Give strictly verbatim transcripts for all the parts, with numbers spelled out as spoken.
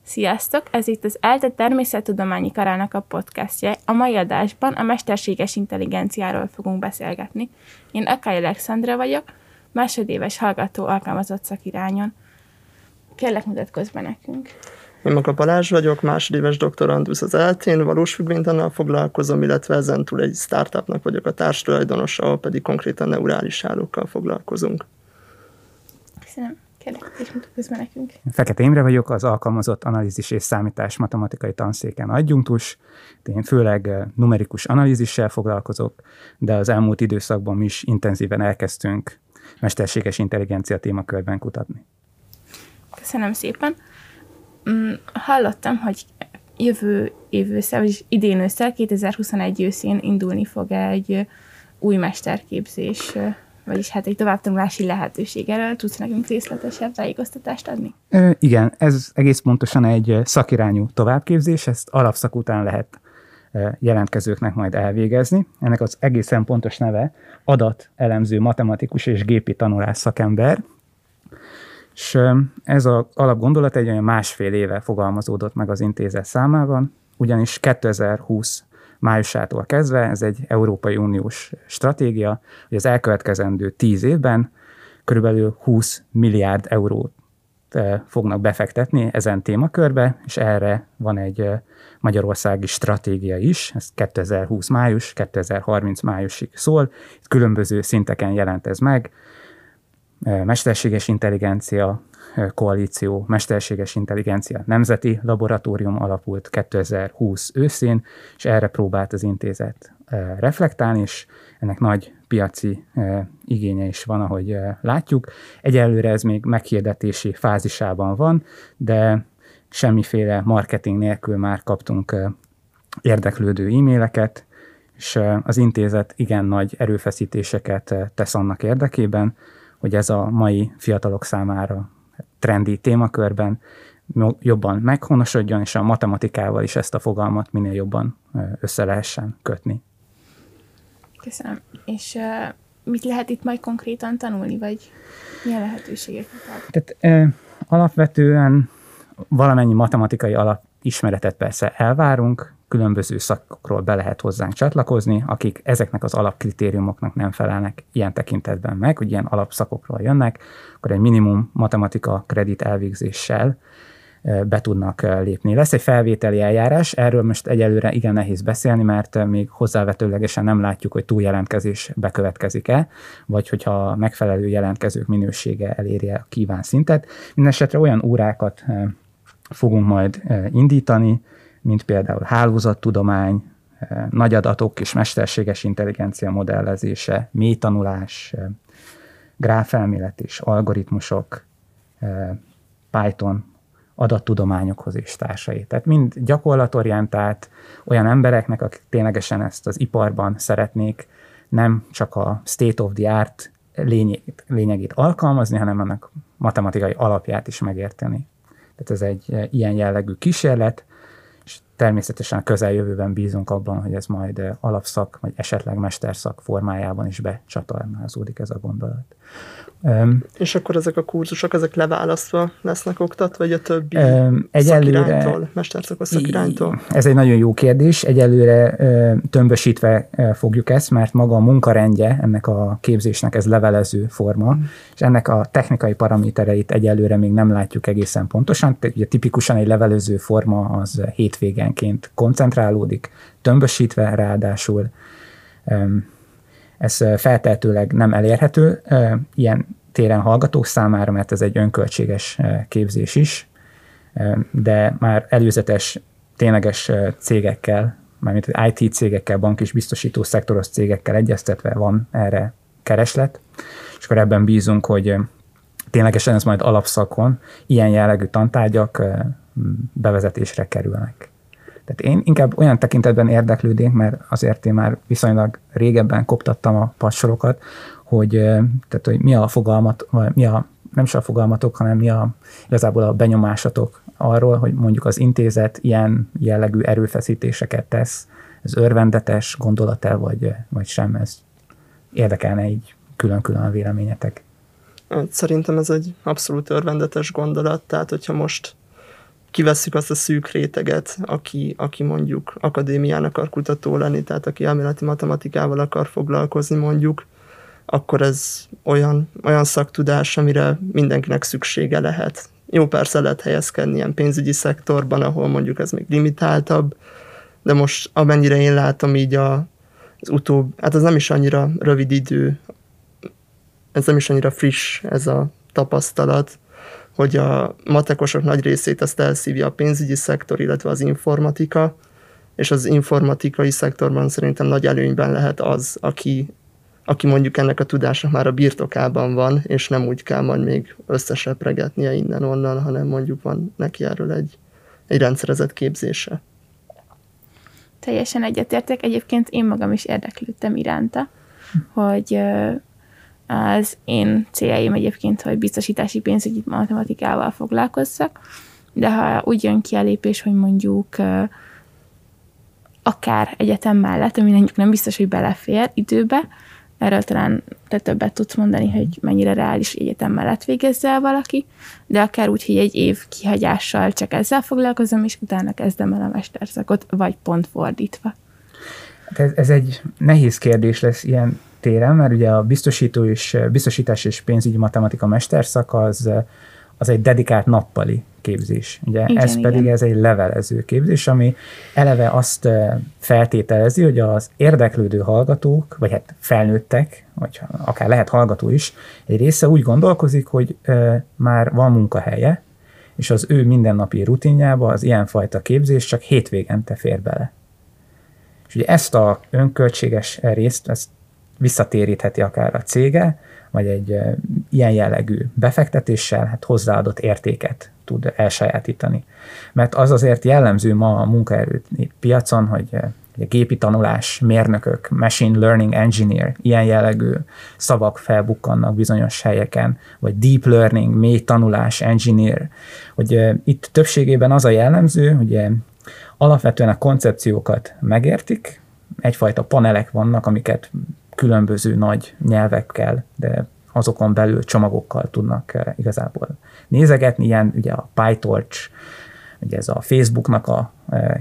Sziasztok! Ez itt az ELTE Természettudományi Karának a podcastje. A mai adásban a mesterséges intelligenciáról fogunk beszélgetni. Én Akai Alexandra vagyok, másodéves hallgató alkalmazott szakirányon. Kérlek, mutatkozz be nekünk! Én Makla Balázs vagyok, másodéves doktorandusz az ELTE-n, valós függvénytannal foglalkozom, illetve ezentúl egy startupnak vagyok a társtulajdonosa, ahol pedig konkrétan neurális hálókkal foglalkozunk. Köszönöm. Kérlek, és mutatkozz be nekünk. Fekete Imre vagyok, az alkalmazott analízis és számítás matematikai tanszéken adjunktus. Én főleg numerikus analízissel foglalkozok, de az elmúlt időszakban mi is intenzíven elkezdtünk mesterséges intelligencia témakörben kutatni. Köszönöm szépen. Hallottam, hogy jövő év ősszel, vagyis idén ősszel, kétezer-huszonegy őszén indulni fog egy új mesterképzés, vagyis hát egy továbbtanulási lehetőség. Erről tudsz nekünk részletesebb tájékoztatást adni? Ö, igen, ez egész pontosan egy szakirányú továbbképzés, ezt alapszak után lehet jelentkezőknek majd elvégezni. Ennek az egészen pontos neve adatelemző matematikus és gépi tanulás szakember. És ez az alapgondolat egy olyan másfél éve fogalmazódott meg az intézet számában, ugyanis kétezer-húsz májusától kezdve, ez egy Európai Uniós stratégia, hogy az elkövetkezendő tíz évben körülbelül húsz milliárd eurót fognak befektetni ezen témakörbe, és erre van egy magyarországi stratégia is, ez kétezer-húsz május, kétezer-harminc májusig szól, itt különböző szinteken jelent ez meg, mesterséges intelligencia koalíció, mesterséges intelligencia nemzeti laboratórium alapult kétezer-húsz őszén, és erre próbált az intézet reflektálni, és ennek nagy piaci igénye is van, ahogy látjuk. Egyelőre ez még meghirdetési fázisában van, de semmiféle marketing nélkül már kaptunk érdeklődő e-maileket, és az intézet igen nagy erőfeszítéseket tesz annak érdekében, hogy ez a mai fiatalok számára trendi témakörben jobban meghonosodjon, és a matematikával is ezt a fogalmat minél jobban össze lehessen kötni. Köszönöm. És uh, mit lehet itt majd konkrétan tanulni, vagy milyen lehetőségeket ad? Tehát uh, alapvetően valamennyi matematikai alapismeretet persze elvárunk, különböző szakokról be lehet hozzánk csatlakozni, akik ezeknek az alapkritériumoknak nem felelnek ilyen tekintetben meg, hogy ilyen alapszakokról jönnek, akkor egy minimum matematika kredit elvégzéssel be tudnak lépni. Lesz egy felvételi eljárás, erről most egyelőre igen nehéz beszélni, mert még hozzávetőlegesen nem látjuk, hogy túljelentkezés bekövetkezik-e, vagy hogyha megfelelő jelentkezők minősége eléri a kívánt szintet. Mindenesetre olyan órákat fogunk majd indítani, mint például hálózattudomány, nagy adatok és mesterséges intelligencia modellezése, mélytanulás, gráfelmélet és algoritmusok, Python, adattudományokhoz és társai. Tehát mind gyakorlatorientált olyan embereknek, akik ténylegesen ezt az iparban szeretnék nem csak a state of the art lényegét, lényegét alkalmazni, hanem annak matematikai alapját is megérteni. Tehát ez egy ilyen jellegű kísérlet, és természetesen a közeljövőben bízunk abban, hogy ez majd alapszak, vagy esetleg mesterszak formájában is becsatornázódik ez a gondolat. És akkor ezek a kurzusok, ezek leválasztva lesznek oktatva, vagy a többi egyelőre, szakiránytól, mesterszakos szakiránytól? Ez egy nagyon jó kérdés. Egyelőre tömbösítve fogjuk ezt, mert maga a munkarendje ennek a képzésnek ez levelező forma, mm. és ennek a technikai paramétereit egyelőre még nem látjuk egészen pontosan. Ugye tipikusan egy levelező forma az hétvégenként koncentrálódik, tömbösítve ráadásul. Ez feltehetőleg nem elérhető ilyen téren hallgatók számára, mert ez egy önköltséges képzés is, de már előzetes, tényleges cégekkel, mármint i té cégekkel, bank és biztosító szektoros cégekkel egyeztetve van erre kereslet, és akkor ebben bízunk, hogy ténylegesen ez majd alapszakon ilyen jellegű tantárgyak bevezetésre kerülnek. Tehát én inkább olyan tekintetben érdeklődnék, mert azért én már viszonylag régebben koptattam a padsorokat, hogy, tehát, hogy mi a fogalmat, vagy mi a, nem is a fogalmatok, hanem mi a, igazából a benyomásatok arról, hogy mondjuk az intézet ilyen jellegű erőfeszítéseket tesz, ez örvendetes gondolat-e, vagy, vagy sem, ez érdekelne így külön-külön a véleményetek. Szerintem ez egy abszolút örvendetes gondolat, tehát hogyha most kivesszük azt a szűk réteget, aki, aki mondjuk akadémián akar kutató lenni, tehát aki elméleti matematikával akar foglalkozni mondjuk, akkor ez olyan, olyan szaktudás, amire mindenkinek szüksége lehet. Jó, persze lehet helyezkedni ilyen pénzügyi szektorban, ahol mondjuk ez még limitáltabb, de most amennyire én látom így a, az utóbb, hát ez nem is annyira rövid idő, ez nem is annyira friss ez a tapasztalat, hogy a matekosok nagy részét ezt elszívja a pénzügyi szektor, illetve az informatika, és az informatikai szektorban szerintem nagy előnyben lehet az, aki, aki mondjuk ennek a tudásnak már a birtokában van, és nem úgy kell majd még összesepregetnie innen-onnan, hanem mondjuk van neki erről egy, egy rendszerezett képzése. Teljesen egyetértek. Egyébként én magam is érdeklődtem iránta, hogy az én céljaim egyébként, hogy biztosítási pénzügyi matematikával foglalkozzak, de ha úgy jön ki a lépés, hogy mondjuk akár egyetem mellett, ami mondjuk nem biztos, hogy belefér időbe, erről talán te többet tudsz mondani, hogy mennyire reális egyetem mellett végezze el valaki, de akár úgy, hogy egy év kihagyással csak ezzel foglalkozom, és utána kezdem el a mesterszakot, vagy pont fordítva. Ez, ez egy nehéz kérdés lesz ilyen téren, mert ugye a biztosító és biztosítás és pénzügyi matematika mesterszak az, az egy dedikált nappali képzés. Ugye igen, ez pedig igen. Ez egy levelező képzés, ami eleve azt feltételezi, hogy az érdeklődő hallgatók, vagy hát felnőttek, vagy akár lehet hallgató is, egy része úgy gondolkozik, hogy már van munkahelye, és az ő mindennapi rutinjába az ilyenfajta képzés csak hétvégente fér bele. És ugye ezt a önköltséges részt, ezt visszatérítheti akár a cége, vagy egy e, ilyen jellegű befektetéssel hát hozzáadott értéket tud elsajátítani. Mert az azért jellemző ma a munkaerőpiacon, hogy e, a gépi tanulás, mérnökök, machine learning engineer, ilyen jellegű szavak felbukkannak bizonyos helyeken, vagy deep learning, mély tanulás engineer, hogy e, itt többségében az a jellemző, hogy e, alapvetően a koncepciókat megértik, egyfajta panelek vannak, amiket különböző nagy nyelvekkel, de azokon belül csomagokkal tudnak igazából nézegetni. Ilyen ugye a PyTorch, ugye ez a Facebooknak a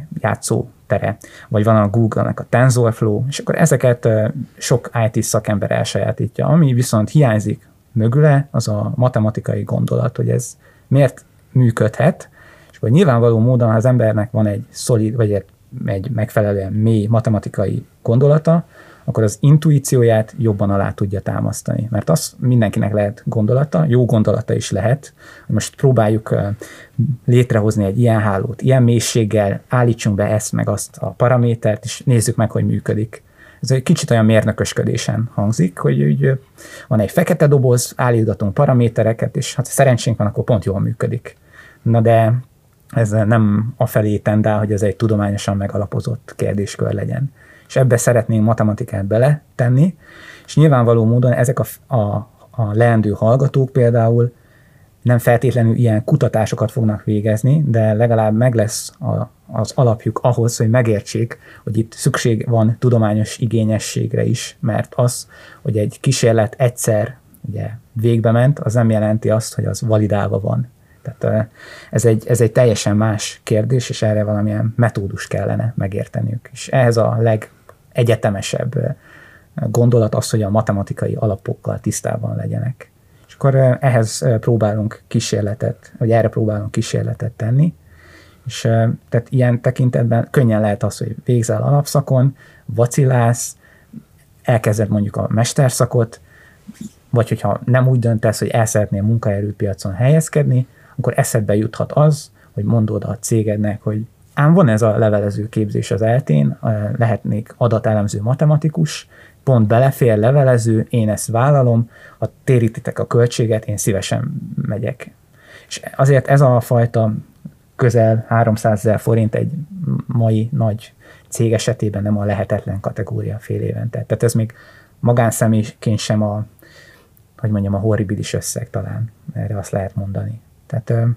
játszótere, vagy van a Google-nek a TensorFlow, és akkor ezeket sok i té szakember elsajátítja. Ami viszont hiányzik mögüle, az a matematikai gondolat, hogy ez miért működhet, és akkor nyilvánvaló módon, ha az embernek van egy szolid, vagy egy megfelelően mély matematikai gondolata, akkor az intuícióját jobban alá tudja támasztani. Mert az mindenkinek lehet gondolata, jó gondolata is lehet, hogy most próbáljuk létrehozni egy ilyen hálót, ilyen mélységgel, állítsunk be ezt meg azt a paramétert, és nézzük meg, hogy működik. Ez egy kicsit olyan mérnökösködésen hangzik, hogy úgy van egy fekete doboz, állítgatunk paramétereket, és ha szerencsénk van, akkor pont jól működik. Na de ez nem afelé tendál, hogy ez egy tudományosan megalapozott kérdéskör legyen. És ebbe szeretnénk matematikát beletenni, és nyilvánvaló módon ezek a, a, a leendő hallgatók például nem feltétlenül ilyen kutatásokat fognak végezni, de legalább meg lesz a, az alapjuk ahhoz, hogy megértsék, hogy itt szükség van tudományos igényességre is, mert az, hogy egy kísérlet egyszer ugye, végbe ment, az nem jelenti azt, hogy az validálva van. Tehát ez egy, ez egy teljesen más kérdés, és erre valamilyen metódus kellene megérteniük. És ehhez a legegyetemesebb gondolat az, hogy a matematikai alapokkal tisztában legyenek. És akkor ehhez próbálunk kísérletet, vagy erre próbálunk kísérletet tenni, és tehát ilyen tekintetben könnyen lehet az, hogy végzel alapszakon, vacilálsz, elkezded mondjuk a mesterszakot, vagy hogyha nem úgy döntesz, hogy el szeretnél munkaerőpiacon helyezkedni, akkor eszedbe juthat az, hogy mondod a cégednek, hogy ám van ez a levelező képzés az eltén, lehetnék adatelemző matematikus, pont belefér levelező, én ezt vállalom, ha térítitek a költséget, én szívesen megyek. És azért ez a fajta közel háromszázezer forint egy mai nagy cég esetében nem a lehetetlen kategória fél évente. Tehát ez még magánszemélyként sem a, hogy mondjam, a horribilis összeg talán, erre azt lehet mondani. Tehát ö,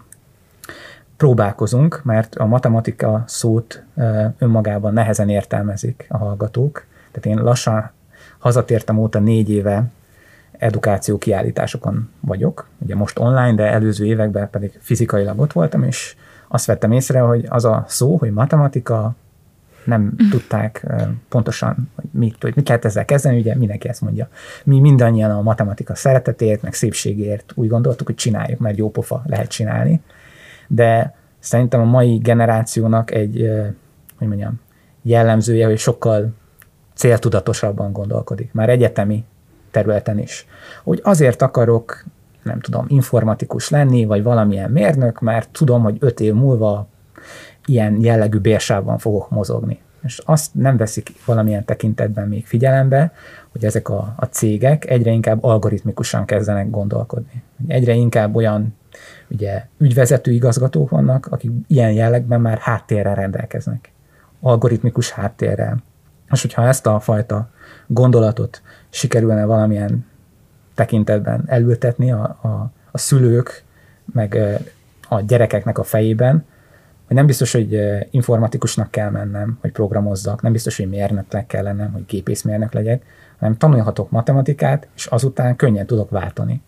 próbálkozunk, mert a matematika szót ö, önmagában nehezen értelmezik a hallgatók. Tehát én lassan hazatértem óta négy éve edukáció kiállításokon vagyok. Ugye most online, de előző években pedig fizikailag ott voltam, és azt vettem észre, hogy az a szó, hogy matematika, nem tudták pontosan, hogy mit, hogy mit lehet ezzel kezdeni, ugye mindenki ezt mondja. Mi mindannyian a matematika szeretetért, meg szépségért úgy gondoltuk, hogy csináljuk, mert jó pofa lehet csinálni, de szerintem a mai generációnak egy, hogy mondjam, jellemzője, hogy sokkal céltudatosabban gondolkodik, már egyetemi területen is. Hogy azért akarok, nem tudom, informatikus lenni, vagy valamilyen mérnök, mert tudom, hogy öt év múlva ilyen jellegű bérsávban fogok mozogni. És azt nem veszik valamilyen tekintetben még figyelembe, hogy ezek a, a cégek egyre inkább algoritmikusan kezdenek gondolkodni. Egyre inkább olyan ugye, ügyvezető igazgatók vannak, akik ilyen jellegben már háttérrel rendelkeznek. Algoritmikus háttérrel. És hogyha ezt a fajta gondolatot sikerülne valamilyen tekintetben elültetni a, a, a szülők, meg a gyerekeknek a fejében, hogy nem biztos, hogy informatikusnak kell mennem, hogy programozzak, nem biztos, hogy mérnöknek kell lennem, hogy gépészmérnök legyek, hanem tanulhatok matematikát, és azután könnyen tudok váltani.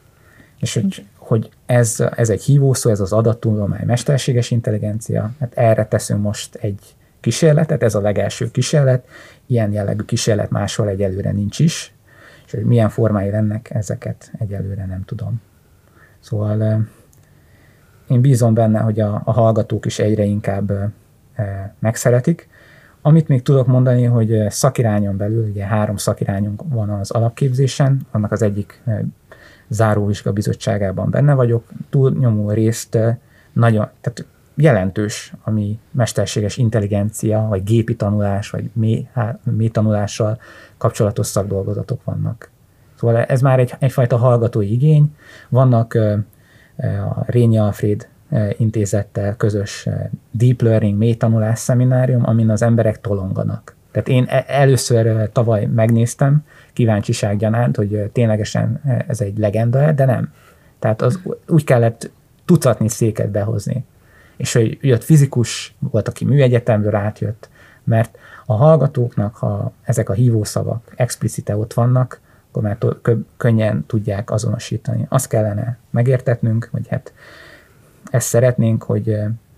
És hogy, hogy ez, ez egy hívószó, ez az adattudomány, mesterséges intelligencia, hát erre teszünk most egy kísérletet, ez a legelső kísérlet, ilyen jellegű kísérlet máshol egyelőre nincs is, és hogy milyen formái lennek, ezeket egyelőre nem tudom. Szóval én bízom benne, hogy a, a hallgatók is egyre inkább e, megszeretik. Amit még tudok mondani, hogy szakirányon belül, ugye három szakirányunk van az alapképzésen, annak az egyik e, záróvizsga bizottságában benne vagyok, túlnyomó részt e, nagyon, tehát jelentős, ami mesterséges intelligencia, vagy gépi tanulás, vagy mély, mély tanulással kapcsolatos szakdolgozatok vannak. Szóval ez már egy, egyfajta hallgatói igény. Vannak e, a Rényi Alfréd intézettel közös Deep Learning mély tanulás szeminárium, amin az emberek tolonganak. Tehát én először tavaly megnéztem, kíváncsiság gyanánt, hogy ténylegesen ez egy legenda, de nem. Tehát az úgy kellett tucatnyi széket behozni. És hogy jött fizikus, volt, aki műegyetemről átjött, mert a hallgatóknak, ha ezek a hívószavak explicite ott vannak, akkor már könnyen tudják azonosítani. Azt kellene megértetnünk, hogy hát ezt szeretnénk, hogy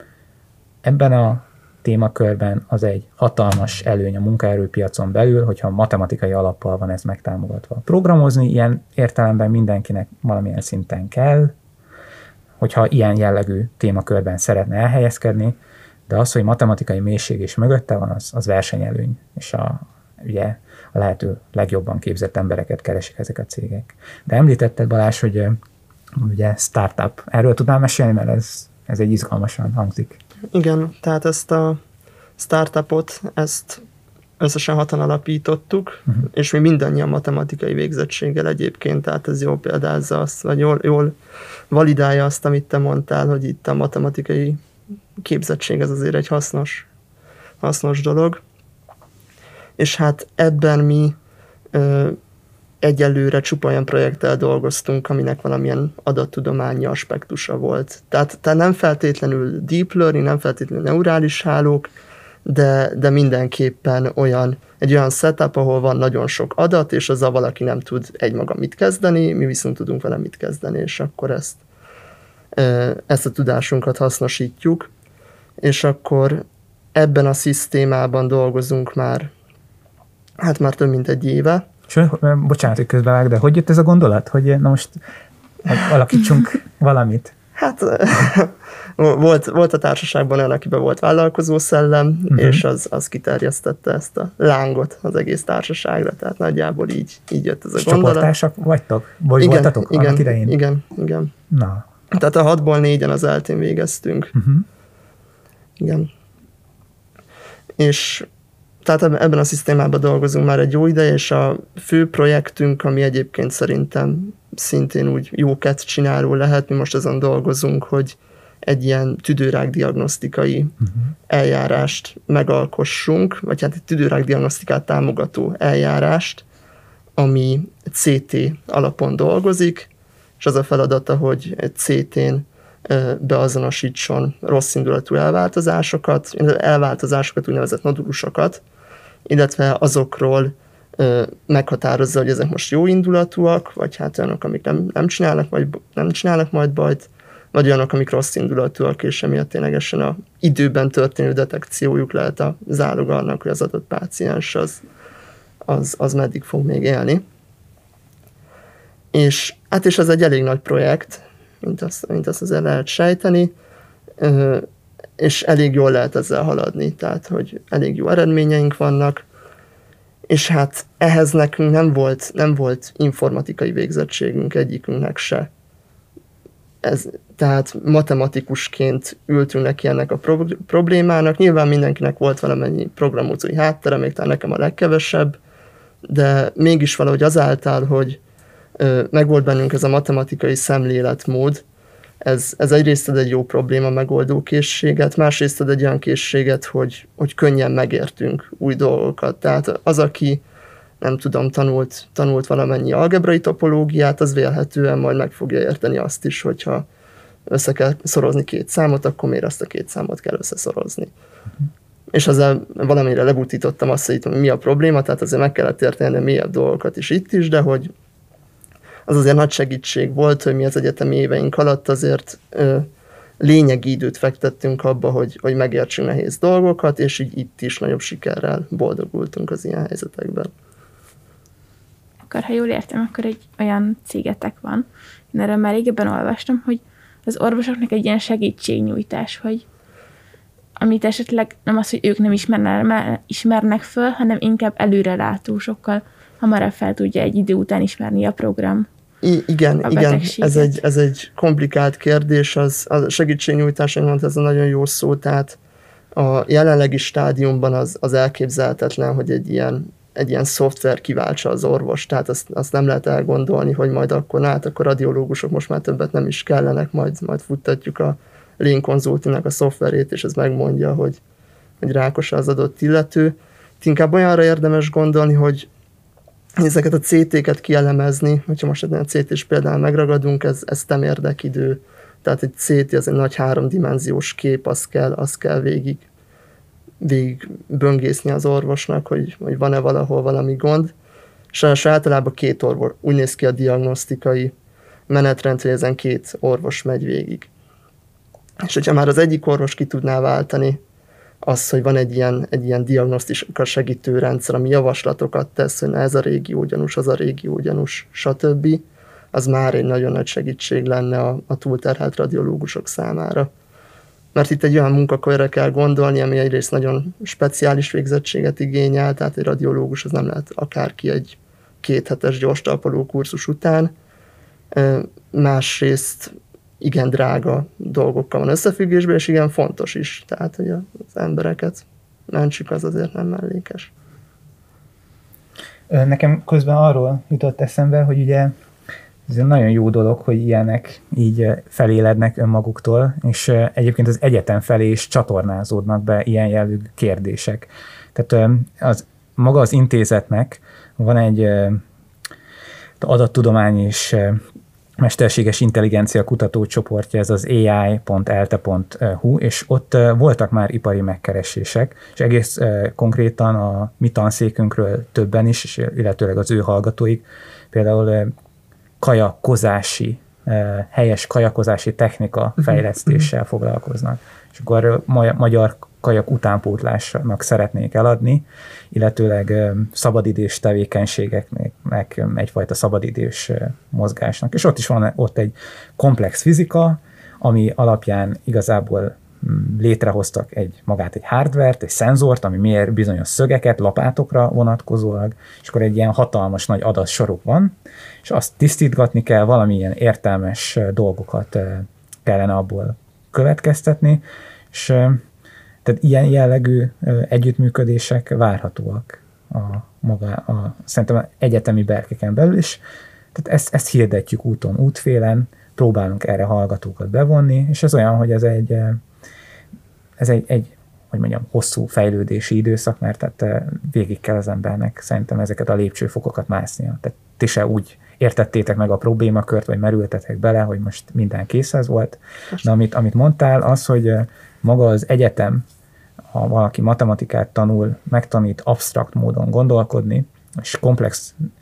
ebben a témakörben az egy hatalmas előny a munkaerőpiacon belül, hogyha matematikai alappal van ez megtámogatva. Programozni ilyen értelemben mindenkinek valamilyen szinten kell, hogyha ilyen jellegű témakörben szeretne elhelyezkedni, de az, hogy matematikai mélység is mögötte van, az, az versenyelőny, és a, ugye, a lehető legjobban képzett embereket keresik ezek a cégek. De említetted, Balázs, hogy ugye startup. Erről tudnál mesélni, mert ez, ez egy izgalmasan hangzik. Igen, tehát ezt a startupot, ezt összesen hatan alapítottuk, uh-huh. és mi mindannyian matematikai végzettséggel egyébként, tehát ez jól példázza azt, vagy jól, jól validálja azt, amit te mondtál, hogy itt a matematikai képzettség ez azért egy hasznos, hasznos dolog. És hát ebben mi ö, egyelőre csupa olyan projekttel dolgoztunk, aminek valamilyen adattudományi aspektusa volt. Tehát, tehát nem feltétlenül deep learning, nem feltétlenül neurális hálók, de, de mindenképpen olyan, egy olyan setup, ahol van nagyon sok adat, és azzal valaki nem tud egymaga mit kezdeni, mi viszont tudunk vele mit kezdeni, és akkor ezt, ezt a tudásunkat hasznosítjuk, és akkor ebben a szisztémában dolgozunk már, hát már több mint egy éve. És, bocsánat, hogy közbevág, de hogy jött ez a gondolat, hogy na most alakítsunk valamit? Hát volt, volt a társaságban olyan, akiben volt vállalkozó szellem, uh-huh. és az, az kiterjesztette ezt a lángot az egész társaságra, tehát nagyjából így, így jött ez a és gondolat. Csoporttársak vagytok? Vagy igen, voltatok igen, annak idején? Igen, igen. Na. Tehát a hatból négyen az eltén végeztünk. Uh-huh. Igen. És tehát ebben a szisztémában dolgozunk már egy jó ideje, és a fő projektünk, ami egyébként szerintem szintén úgy jóket csináló lehet, mi most azon dolgozunk, hogy egy ilyen tüdőrákdiagnosztikai uh-huh. eljárást megalkossunk, vagy hát egy tüdőrákdiagnosztikát támogató eljárást, ami cé té alapon dolgozik, és az a feladata, hogy egy cé tén beazonosítson rosszindulatú elváltozásokat, elváltozásokat, úgynevezett nodulusokat, illetve azokról ö, meghatározza, hogy ezek most jó indulatúak, vagy hát olyanok, amik nem, nem, csinálnak, majd, nem csinálnak majd bajt, vagy olyanok, amik rossz indulatúak, és emiatt ténylegesen a időben történő detekciójuk lehet a zálog annak, hogy az adott páciens az, az, az meddig fog még élni. És hát és ez egy elég nagy projekt, mint azt, mint azt azért lehet sejteni, és elég jól lehet ezzel haladni, tehát hogy elég jó eredményeink vannak, és hát ehhez nekünk nem volt, nem volt informatikai végzettségünk egyikünknek se. Ez, tehát matematikusként ültünk neki ennek a pro- problémának. Nyilván mindenkinek volt valamennyi programozói háttere, még talán nekem a legkevesebb, de mégis valahogy azáltal, hogy ö, megvolt bennünk ez a matematikai szemléletmód, ez, ez egyrészt ad egy jó probléma megoldó készséget, másrészt ad egy olyan készséget, hogy, hogy könnyen megértünk új dolgokat. Tehát az, aki nem tudom, tanult, tanult valamennyi algebrai topológiát, az vélhetően majd meg fogja érteni azt is, hogyha össze kell szorozni két számot, akkor miért azt a két számot kell összeszorozni. Uh-huh. És ezzel valamire lebutítottam azt, hogy mi a probléma, tehát azért meg kellett érteni a mélyebb dolgokat is itt is, de hogy az azért nagy segítség volt, hogy mi az egyetemi éveink alatt azért ö, lényegi időt fektettünk abba, hogy, hogy megértsünk nehéz dolgokat, és így itt is nagyobb sikerrel boldogultunk az ilyen helyzetekben. Akkor, ha jól értem, akkor egy olyan cégetek van, én erről már régebben olvastam, hogy az orvosoknak egy ilyen segítségnyújtás, hogy amit esetleg nem az, hogy ők nem ismernek, ismernek föl, hanem inkább előrelátó, sokkal hamarabb fel tudja egy idő után ismerni a program. I- igen, igen, ez egy, ez egy komplikált kérdés, az, a segítségnyújtás, én mondtam, ez a nagyon jó szó, tehát a jelenlegi stádiumban az, az elképzelhetetlen, hogy egy ilyen egy ilyen szoftver kiváltsa az orvos, tehát azt, azt nem lehet elgondolni, hogy majd akkor, hát akkor radiológusok most már többet nem is kellenek, majd, majd futtatjuk a Lean Consulting-nak a szoftverét, és ez megmondja, hogy, hogy rákos az adott illető. Inkább olyanra érdemes gondolni, hogy ezeket a cé té-ket kielemezni, hogyha most egy cé té-s például megragadunk, ez, ez temérdekidő, tehát egy cé té az egy nagy háromdimenziós kép, az kell, az kell végig végig böngészni az orvosnak, hogy, hogy van-e valahol valami gond. Sajnos általában két orvos, úgy néz ki a diagnosztikai menetrend, hogy ezen két orvos megy végig. És hogyha már az egyik orvos ki tudná váltani azt, hogy van egy ilyen, egy ilyen diagnosztika segítő rendszer, ami javaslatokat tesz, hogy na ez a régió gyanús, az a régió gyanús, stb., az már egy nagyon nagy segítség lenne a, a túlterhelt radiológusok számára. Mert itt egy olyan munkakörre kell gondolni, ami egyrészt nagyon speciális végzettséget igényel, tehát egy radiológus az nem lehet akárki egy kéthetes gyorstalpaló kurzus után. Másrészt igen drága dolgokkal van összefüggésben, és igen fontos is, tehát hogy az embereket mentsük, az azért nem mellékes. Nekem közben arról jutott eszembe, hogy ugye ez egy nagyon jó dolog, hogy ilyenek így felélednek önmaguktól, és egyébként az egyetem felé is csatornázódnak be ilyen jellegű kérdések. Tehát az, maga az intézetnek van egy adattudomány és mesterséges intelligencia kutatócsoportja, ez az á i pont e l t e pont h u, és ott voltak már ipari megkeresések, és egész konkrétan a mi tanszékünkről többen is, illetőleg az ő hallgatóik, például kajakozási, helyes kajakozási technika fejlesztéssel foglalkoznak. És akkor magyar kajak utánpótlásnak szeretnék eladni, illetőleg szabadidős tevékenységeknek, egyfajta szabadidős mozgásnak. És ott is van ott egy komplex fizika, ami alapján igazából létrehoztak egy magát egy hardvert, egy szenzort, ami mér bizonyos szögeket, lapátokra vonatkozólag, és akkor egy ilyen hatalmas nagy adatsoruk van, és azt tisztítgatni kell, valamilyen értelmes dolgokat kellene abból következtetni, és tehát ilyen jellegű együttműködések várhatóak a maga, a, szerintem egyetemi berkeken belül is. Tehát ezt, ezt hirdetjük úton, útfélen, próbálunk erre hallgatókat bevonni, és ez olyan, hogy ez egy ez egy, egy hogy mondjam, hosszú fejlődési időszak, mert tehát végig kell az embernek szerintem ezeket a lépcsőfokokat másznia. Tehát ti se úgy értettétek meg a problémakört, vagy merültetek bele, hogy most minden készhez volt. De amit, amit mondtál, az, hogy maga az egyetem, ha valaki matematikát tanul, megtanít absztrakt módon gondolkodni, és komplex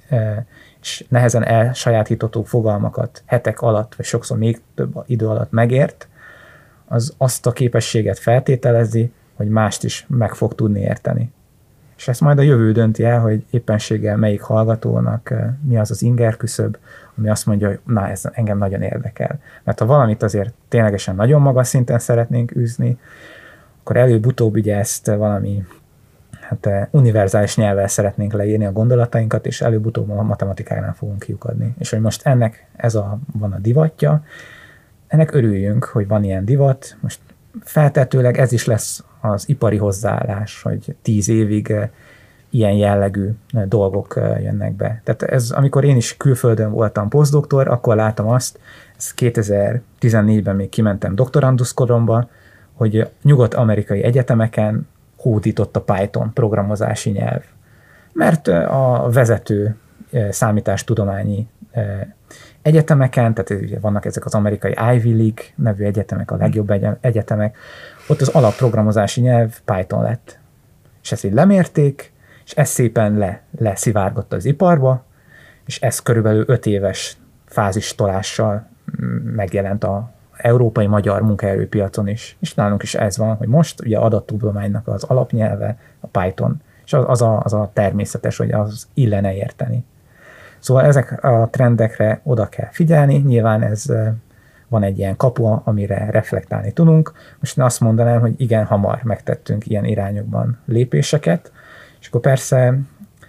és nehezen elsajátítható fogalmakat hetek alatt, vagy sokszor még több idő alatt megért, az azt a képességet feltételezi, hogy mást is meg fog tudni érteni. És ezt majd a jövő dönti el, hogy éppenséggel melyik hallgatónak mi az az inger küszöb, ami azt mondja, hogy na, ez engem nagyon érdekel. Mert ha valamit azért ténylegesen nagyon magas szinten szeretnénk űzni, akkor előbb-utóbb ugye ezt valami hát, univerzális nyelvvel szeretnénk leírni a gondolatainkat, és előbb-utóbb a matematikánál fogunk kiukadni. És hogy most ennek ez a, van a divatja, ennek örüljünk, hogy van ilyen divat. Most feltetőleg ez is lesz az ipari hozzáállás, hogy tíz évig ilyen jellegű dolgok jönnek be. Tehát ez, amikor én is külföldön voltam posztdoktor, akkor láttam azt, ez kétezer-tizennégyben még kimentem doktoranduszkoromba, hogy nyugat-amerikai egyetemeken hódított a Python programozási nyelv. Mert a vezető számítástudományi egyetemeken, tehát ugye vannak ezek az amerikai Ivy League nevű egyetemek, a legjobb egyetemek, ott az alapprogramozási nyelv Python lett. És ezt így lemérték, és ez szépen le, leszivárgott az iparba, és ez körülbelül öt éves fázistolással megjelent a európai magyar munkaerőpiacon is. És nálunk is ez van, hogy most ugye adattudománynak az alapnyelve a Python, és az, az, a, az a természetes, hogy az illene érteni. Szóval ezek a trendekre oda kell figyelni, nyilván ez van egy ilyen kapu, amire reflektálni tudunk. Most én azt mondanám, hogy igen, hamar megtettünk ilyen irányokban lépéseket, és akkor persze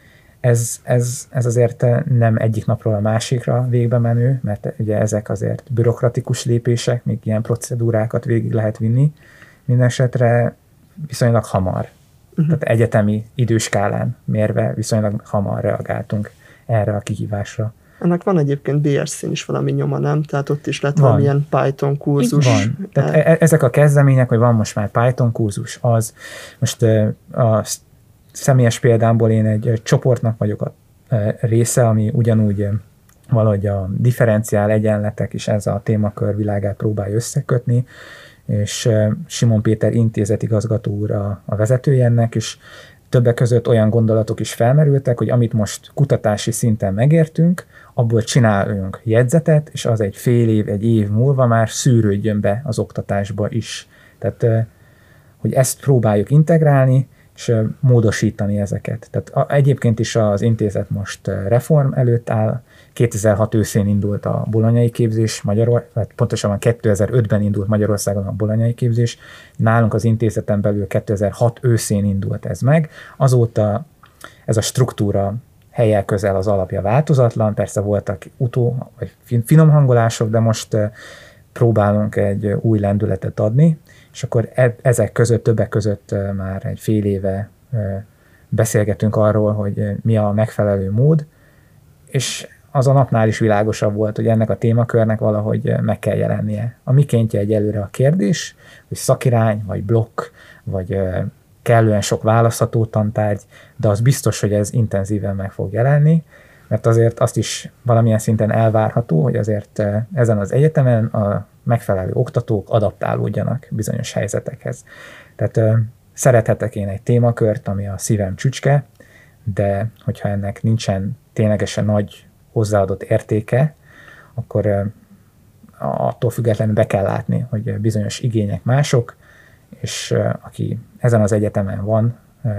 ez, ez, ez azért nem egyik napról a másikra végbe menő, mert ugye ezek azért bürokratikus lépések, még ilyen procedúrákat végig lehet vinni, minden esetre viszonylag hamar. Uh-huh. Tehát egyetemi időskálán mérve viszonylag hamar reagáltunk erre a kihívásra. Ennek van egyébként bé es cén is valami nyoma, nem? Tehát ott is lett valamilyen Python kurzus. Van. Tehát e- ezek a kezdemények, hogy van most már Python kurzus, az most a személyes példámból én egy csoportnak vagyok a része, ami ugyanúgy valahogy a differenciál egyenletek és ez a témakör világát próbálja összekötni, és Simon Péter intézetigazgató úr a, a vezetője ennek, és többek között olyan gondolatok is felmerültek, hogy amit most kutatási szinten megértünk, abból csinálunk jegyzetet, és az egy fél év, egy év múlva már szűrődjön be az oktatásba is. Tehát, hogy ezt próbáljuk integrálni, és módosítani ezeket. Tehát egyébként is az intézet most reform előtt áll. kétezer-hat őszén indult a bolonyai képzés, Magyarországon, pontosabban kétezer-ötben indult Magyarországon a bolonyai képzés. Nálunk az intézeten belül kétezer-hat őszén indult ez meg. Azóta ez a struktúra helyel közel az alapja változatlan, persze voltak utó, vagy finom hangolások, de most próbálunk egy új lendületet adni, és akkor e- ezek között, többek között már egy fél éve beszélgetünk arról, hogy mi a megfelelő mód, és az a napnál is világosabb volt, hogy ennek a témakörnek valahogy meg kell jelennie. A mikéntje egyelőre a kérdés, hogy szakirány, vagy blokk, vagy kellően sok választható tantárgy, de az biztos, hogy ez intenzíven meg fog jelenni, mert azért azt is valamilyen szinten elvárható, hogy azért ezen az egyetemen a megfelelő oktatók adaptálódjanak bizonyos helyzetekhez. Tehát szerethetek én egy témakört, ami a szívem csücske, de hogyha ennek nincsen ténylegesen nagy hozzáadott értéke, akkor attól függetlenül be kell látni, hogy bizonyos igények mások, és aki ezen az egyetemen van,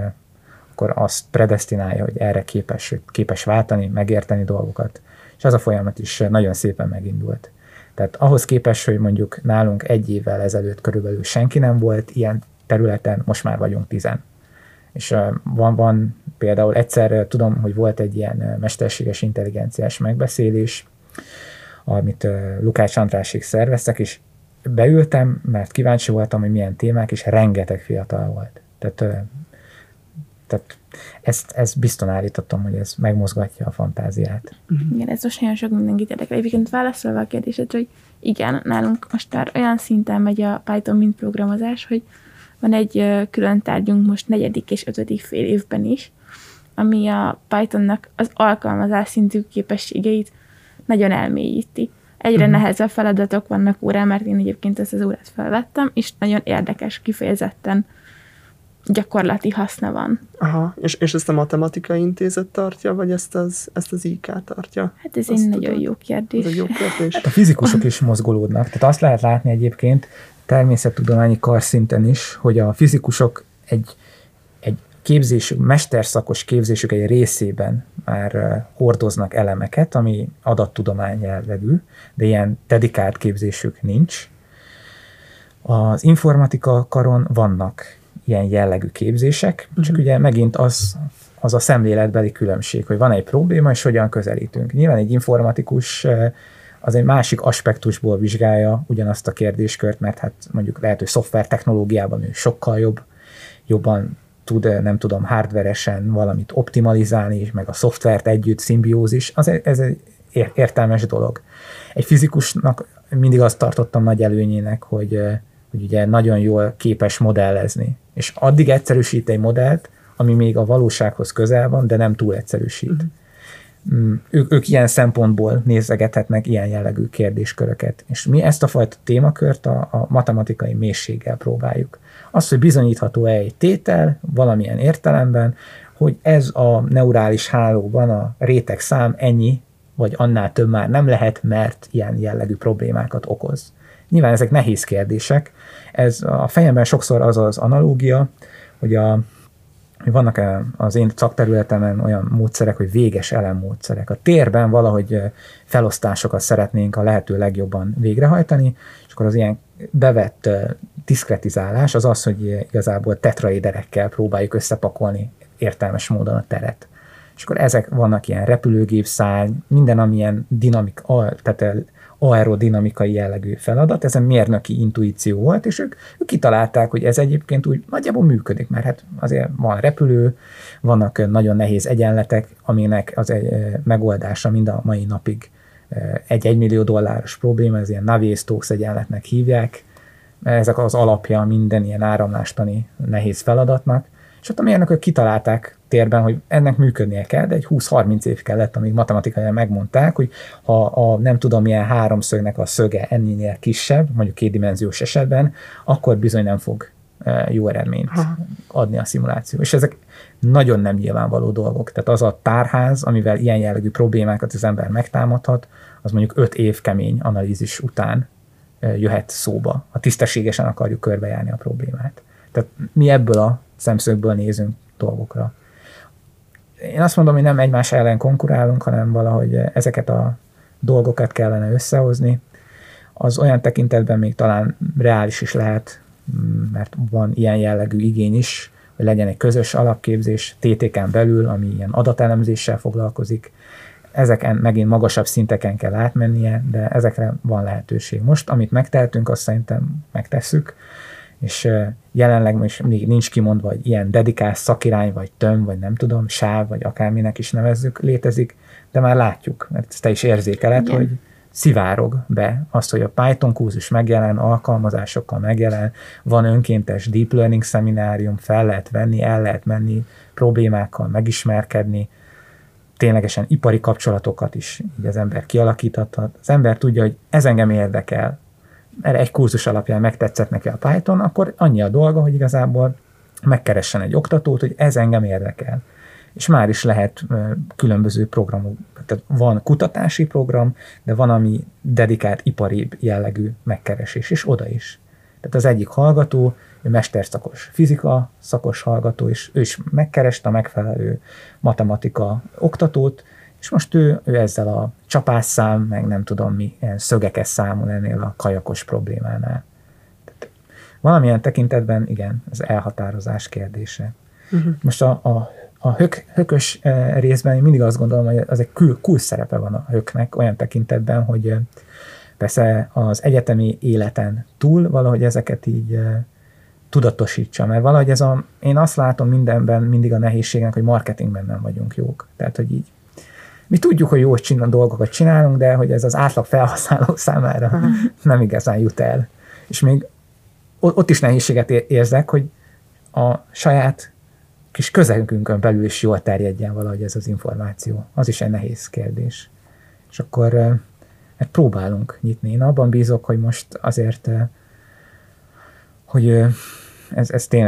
akkor azt predesztinálja, hogy erre képes, képes váltani, megérteni dolgokat. És az a folyamat is nagyon szépen megindult. Tehát ahhoz képest, hogy mondjuk nálunk egy évvel ezelőtt körülbelül senki nem volt ilyen területen, most már vagyunk tizen. És van, van például egyszer tudom, hogy volt egy ilyen mesterséges intelligenciás megbeszélés, amit Lukács Andrásék szerveztek, és beültem, mert kíváncsi voltam, hogy milyen témák, és rengeteg fiatal volt. Tehát, tehát ezt, ezt bizton állítottam, hogy ez megmozgatja a fantáziát. Igen, ez most nagyon sok mindenkit érdekel. Egyébként válaszolva a kérdésedre, hogy igen, nálunk most már olyan szinten megy a Python, mint programozás, hogy van egy külön tárgyunk most negyedik és ötödik fél évben is, ami a Pythonnak az alkalmazás szintű képességeit nagyon elmélyíti. Egyre uh-huh. nehezebb feladatok vannak órán, mert én egyébként ezt az órát felvettem, és nagyon érdekes, kifejezetten gyakorlati haszna van. Aha, és, és ezt a Matematikai Intézet tartja, vagy ezt az, ezt az i ká tartja? Hát ez egy nagyon jó kérdés. Ez egy jó kérdés. Hát a fizikusok is mozgolódnak. Tehát azt lehet látni egyébként természettudományi kar szinten is, hogy a fizikusok egy, egy képzésük, mesterszakos képzésük egy részében már hordoznak elemeket, ami adattudomány jellegű, de ilyen dedikált képzésük nincs. Az informatika karon vannak ilyen jellegű képzések, csak uh-huh. ugye megint az, az a szemléletbeli különbség, hogy van egy probléma, és hogyan közelítünk. Nyilván egy informatikus az egy másik aspektusból vizsgálja ugyanazt a kérdéskört, mert hát mondjuk lehet, hogy szoftvertechnológiában ő sokkal jobb, jobban tud, nem tudom, hardveresen valamit optimalizálni, és meg a szoftvert együtt szimbiózis, az, ez egy értelmes dolog. Egy fizikusnak mindig azt tartottam nagy előnyének, hogy, hogy ugye nagyon jól képes modellezni, és addig egyszerűsít egy modellt, ami még a valósághoz közel van, de nem túl egyszerűsít. Mm. Ők, ők ilyen szempontból nézegethetnek ilyen jellegű kérdésköröket. És mi ezt a fajta témakört a, a matematikai mélységgel próbáljuk. Az, hogy bizonyítható-e egy tétel valamilyen értelemben, hogy ez a neurális hálóban a rétegszám ennyi, vagy annál több már nem lehet, mert ilyen jellegű problémákat okoz. Nyilván ezek nehéz kérdések. Ez a fejemben sokszor az az analógia, hogy a vannak az én szakterületemen olyan módszerek, hogy véges elemmódszerek. A térben valahogy felosztásokat szeretnénk a lehető legjobban végrehajtani, és akkor az ilyen bevett diszkretizálás az az, hogy igazából tetraéderekkel próbáljuk összepakolni értelmes módon a teret. És akkor ezek vannak ilyen repülőgépszárny, minden, amilyen dinamik, tehát aerodinamikai jellegű feladat, ez a mérnöki intuíció volt, és ők, ők kitalálták, hogy ez egyébként úgy nagyjából működik, mert hát azért van repülő, vannak nagyon nehéz egyenletek, aminek az egy megoldása mind a mai napig egy egymillió dolláros probléma, ez ilyen Navier-Stokes egyenletnek hívják, ezek az alapja minden ilyen áramlástani nehéz feladatnak, és ott a mérnökök kitalálták térben, hogy ennek működnie kell, de egy húsz-harminc év kellett, amíg matematikailag megmondták, hogy ha a nem tudom milyen háromszögnek a szöge ennél kisebb, mondjuk kétdimenziós esetben, akkor bizony nem fog jó eredményt adni a szimuláció. És ezek nagyon nem nyilvánvaló dolgok. Tehát az a tárház, amivel ilyen jellegű problémákat az ember megtámadhat, az mondjuk öt év kemény analízis után jöhet szóba, ha tisztességesen akarjuk körbejárni a problémát. Tehát mi ebből a szemszögből nézünk dolgokra. Én azt mondom, hogy nem egymás ellen konkurálunk, hanem valahogy ezeket a dolgokat kellene összehozni. Az olyan tekintetben még talán reális is lehet, mert van ilyen jellegű igény is, hogy legyen egy közös alapképzés té té ká-n belül, ami ilyen adatelemzéssel foglalkozik. Ezeken megint magasabb szinteken kell átmennie, de ezekre van lehetőség. Most, amit megtehetünk, azt szerintem megtesszük, és jelenleg most még nincs kimondva, hogy ilyen dedikált szakirány, vagy töm, vagy nem tudom, sáv, vagy akárminek is nevezzük, létezik, de már látjuk, mert te is érzékeled, igen, hogy szivárog be azt, hogy a Python kurzus megjelen, alkalmazásokkal megjelen, van önkéntes deep learning szeminárium, fel lehet venni, el lehet menni, problémákkal megismerkedni, ténylegesen ipari kapcsolatokat is így az ember kialakíthathat. Az ember tudja, hogy ez engem érdekel, erre egy kurzus alapján megtetszett neki a Python, akkor annyi a dolga, hogy igazából megkeressen egy oktatót, hogy ez engem érdekel. És már is lehet különböző programok, tehát van kutatási program, de van, ami dedikált ipari jellegű megkeresés, és oda is. Tehát az egyik hallgató, ő mesterszakos fizika szakos hallgató, és ő is megkereste a megfelelő matematika oktatót, és most ő, ő ezzel a csapásszám, meg nem tudom mi, ilyen szögekes számol ennél a kajakos problémánál. Tehát valamilyen tekintetben, igen, ez elhatározás kérdése. Uh-huh. Most a, a, a hök, hökös részben én mindig azt gondolom, hogy az egy kül, kül szerepe van a höknek olyan tekintetben, hogy persze az egyetemi életen túl valahogy ezeket így tudatosítsa, mert valahogy ez a, én azt látom mindenben mindig a nehézségnek, hogy marketingben nem vagyunk jók. Tehát, hogy így mi tudjuk, hogy jó csinál, dolgokat csinálunk, de hogy ez az átlag felhasználó számára uh-huh. nem igazán jut el. És még ott is nehézséget érzek, hogy a saját kis közelünkön belül is jól terjedjen valahogy ez az információ. Az is egy nehéz kérdés. És akkor hát próbálunk nyitni. Én abban bízok, hogy most azért, hogy ez, ez tényleg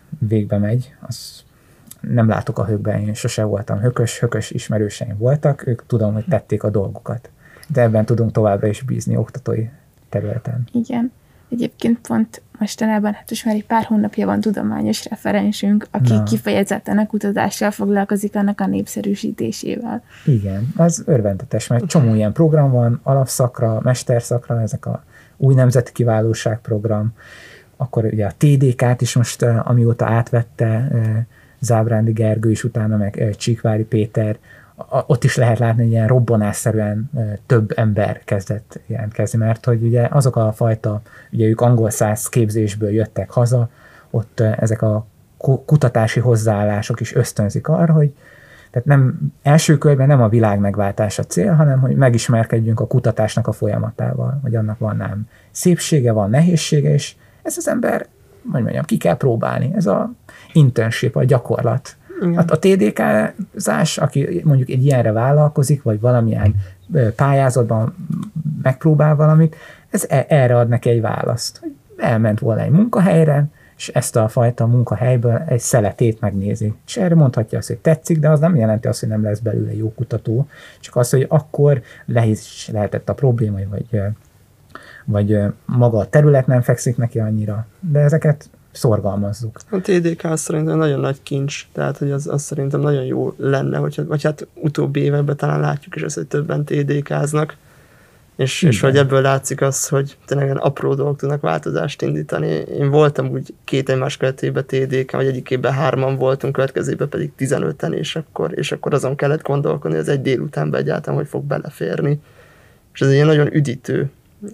végbe megy, az nem látok a hökben, én sose voltam hökös, hökös ismerőseim voltak, ők tudom, hogy tették a dolgukat. De ebben tudunk továbbra is bízni oktatói területen. Igen. Egyébként pont mostanában, hát most már egy pár hónapja van tudományos referensünk, aki Na. kifejezetten a kutatással foglalkozik, annak a népszerűsítésével. Igen, az örvendetes, mert csomó ilyen program van, alapszakra, mesterszakra, ezek a új nemzeti kiválóság program, akkor ugye a té dé ká-t is most, amióta átvette Zábrándi Gergő, és utána meg Csíkvári Péter, ott is lehet látni, hogy ilyen robbanásszerűen több ember kezdett jelentkezni, mert hogy ugye azok a fajta, ugye ők angol száz képzésből jöttek haza, ott ezek a kutatási hozzáállások is ösztönzik arra, hogy tehát nem, első körben nem a világ megváltása cél, hanem hogy megismerkedjünk a kutatásnak a folyamatával, hogy annak van nem szépsége, van nehézsége, és ez az ember, hogy mondjam, ki kell próbálni. Ez a internship, a gyakorlat. Hát a té dé ká-zás, aki mondjuk egy ilyenre vállalkozik, vagy valamilyen pályázatban megpróbál valamit, ez erre ad neki egy választ. Elment volna egy munkahelyre, és ezt a fajta munkahelyből egy szeletét megnézi. És erre mondhatja azt, hogy tetszik, de az nem jelenti azt, hogy nem lesz belőle jó kutató, csak az, hogy akkor le is lehetett a probléma, vagy, vagy maga a terület nem fekszik neki annyira. De ezeket szorgalmazzuk. A té dé ká szerintem nagyon nagy kincs, tehát hogy az, az szerintem nagyon jó lenne, hogy, vagy hát utóbbi években talán látjuk is ezt, hogy többen té dé ká-znak, és, és hogy ebből látszik az, hogy tényleg ilyen apró dolgok tudnak változást indítani. Én voltam úgy két egymás követőjében té dé ká, vagy egyikében hárman voltunk, következőben pedig tizenöten, és akkor, és akkor azon kellett gondolkodni, hogy az egy délutánban egyáltalán hogy fog beleférni. És ez egy ilyen nagyon üdítő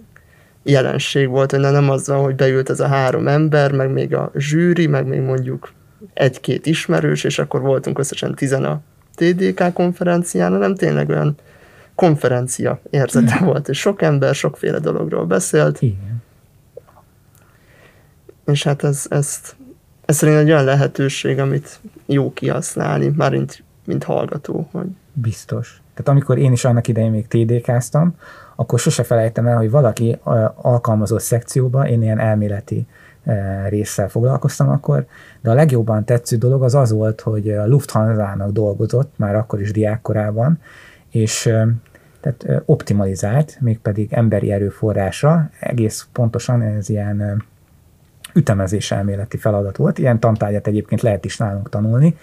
jelenség volt, hogy nem azzal, hogy beült ez a három ember, meg még a zsűri, meg még mondjuk egy-két ismerős, és akkor voltunk összesen tizen a té dé ká konferencián, hanem tényleg olyan konferencia érzete volt, és sok ember sokféle dologról beszélt. Igen. És hát ez, ezt, ez szerintem egy olyan lehetőség, amit jó kihasználni, már mint, mint hallgató. Hogy... Biztos. Tehát amikor én is annak idején még té dé ká-ztam, akkor sose felejtem el, hogy valaki alkalmazott szekcióban, én ilyen elméleti résszel foglalkoztam akkor, de a legjobban tetsző dolog az az volt, hogy a Lufthansa-nak dolgozott, már akkor is diákkorában, és tehát optimalizált, mégpedig emberi erőforrásra, egész pontosan ez ilyen ütemezés elméleti feladat volt, ilyen tantárgyat egyébként lehet is nálunk tanulni,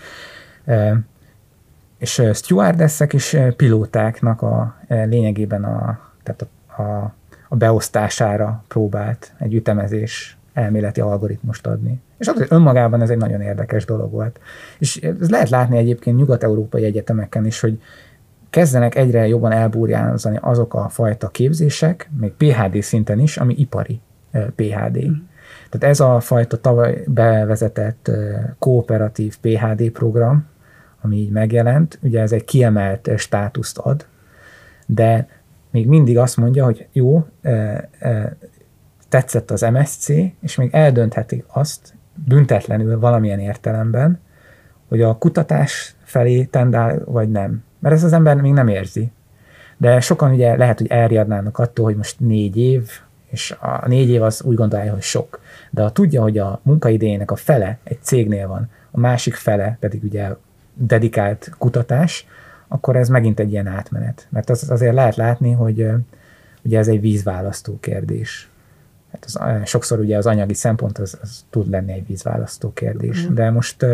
és stewardessek és pilótáknak a lényegében a, tehát a, a, a beosztására próbált egy ütemezés elméleti algoritmust adni. És az, hogy önmagában ez egy nagyon érdekes dolog volt. És ez lehet látni egyébként nyugat-európai egyetemeken is, hogy kezdenek egyre jobban elburjánzani azok a fajta képzések, még pé há dé szinten is, ami ipari pé há dé. Mm. Tehát ez a fajta tavaly bevezetett kooperatív pé há dé program, ami így megjelent, ugye ez egy kiemelt státuszt ad, de még mindig azt mondja, hogy jó, tetszett az em es cé, és még eldönthetik azt büntetlenül valamilyen értelemben, hogy a kutatás felé tendál, vagy nem. Mert ez az ember még nem érzi. De sokan ugye lehet, hogy elriadnának attól, hogy most négy év, és a négy év az úgy gondolja, hogy sok. De ha tudja, hogy a munkaidejének a fele egy cégnél van, a másik fele pedig ugye dedikált kutatás, akkor ez megint egy ilyen átmenet. Mert az, azért lehet látni, hogy ugye ez egy vízválasztó kérdés. Hát az, sokszor ugye az anyagi szempont az, az tud lenni egy vízválasztó kérdés. Mm. De most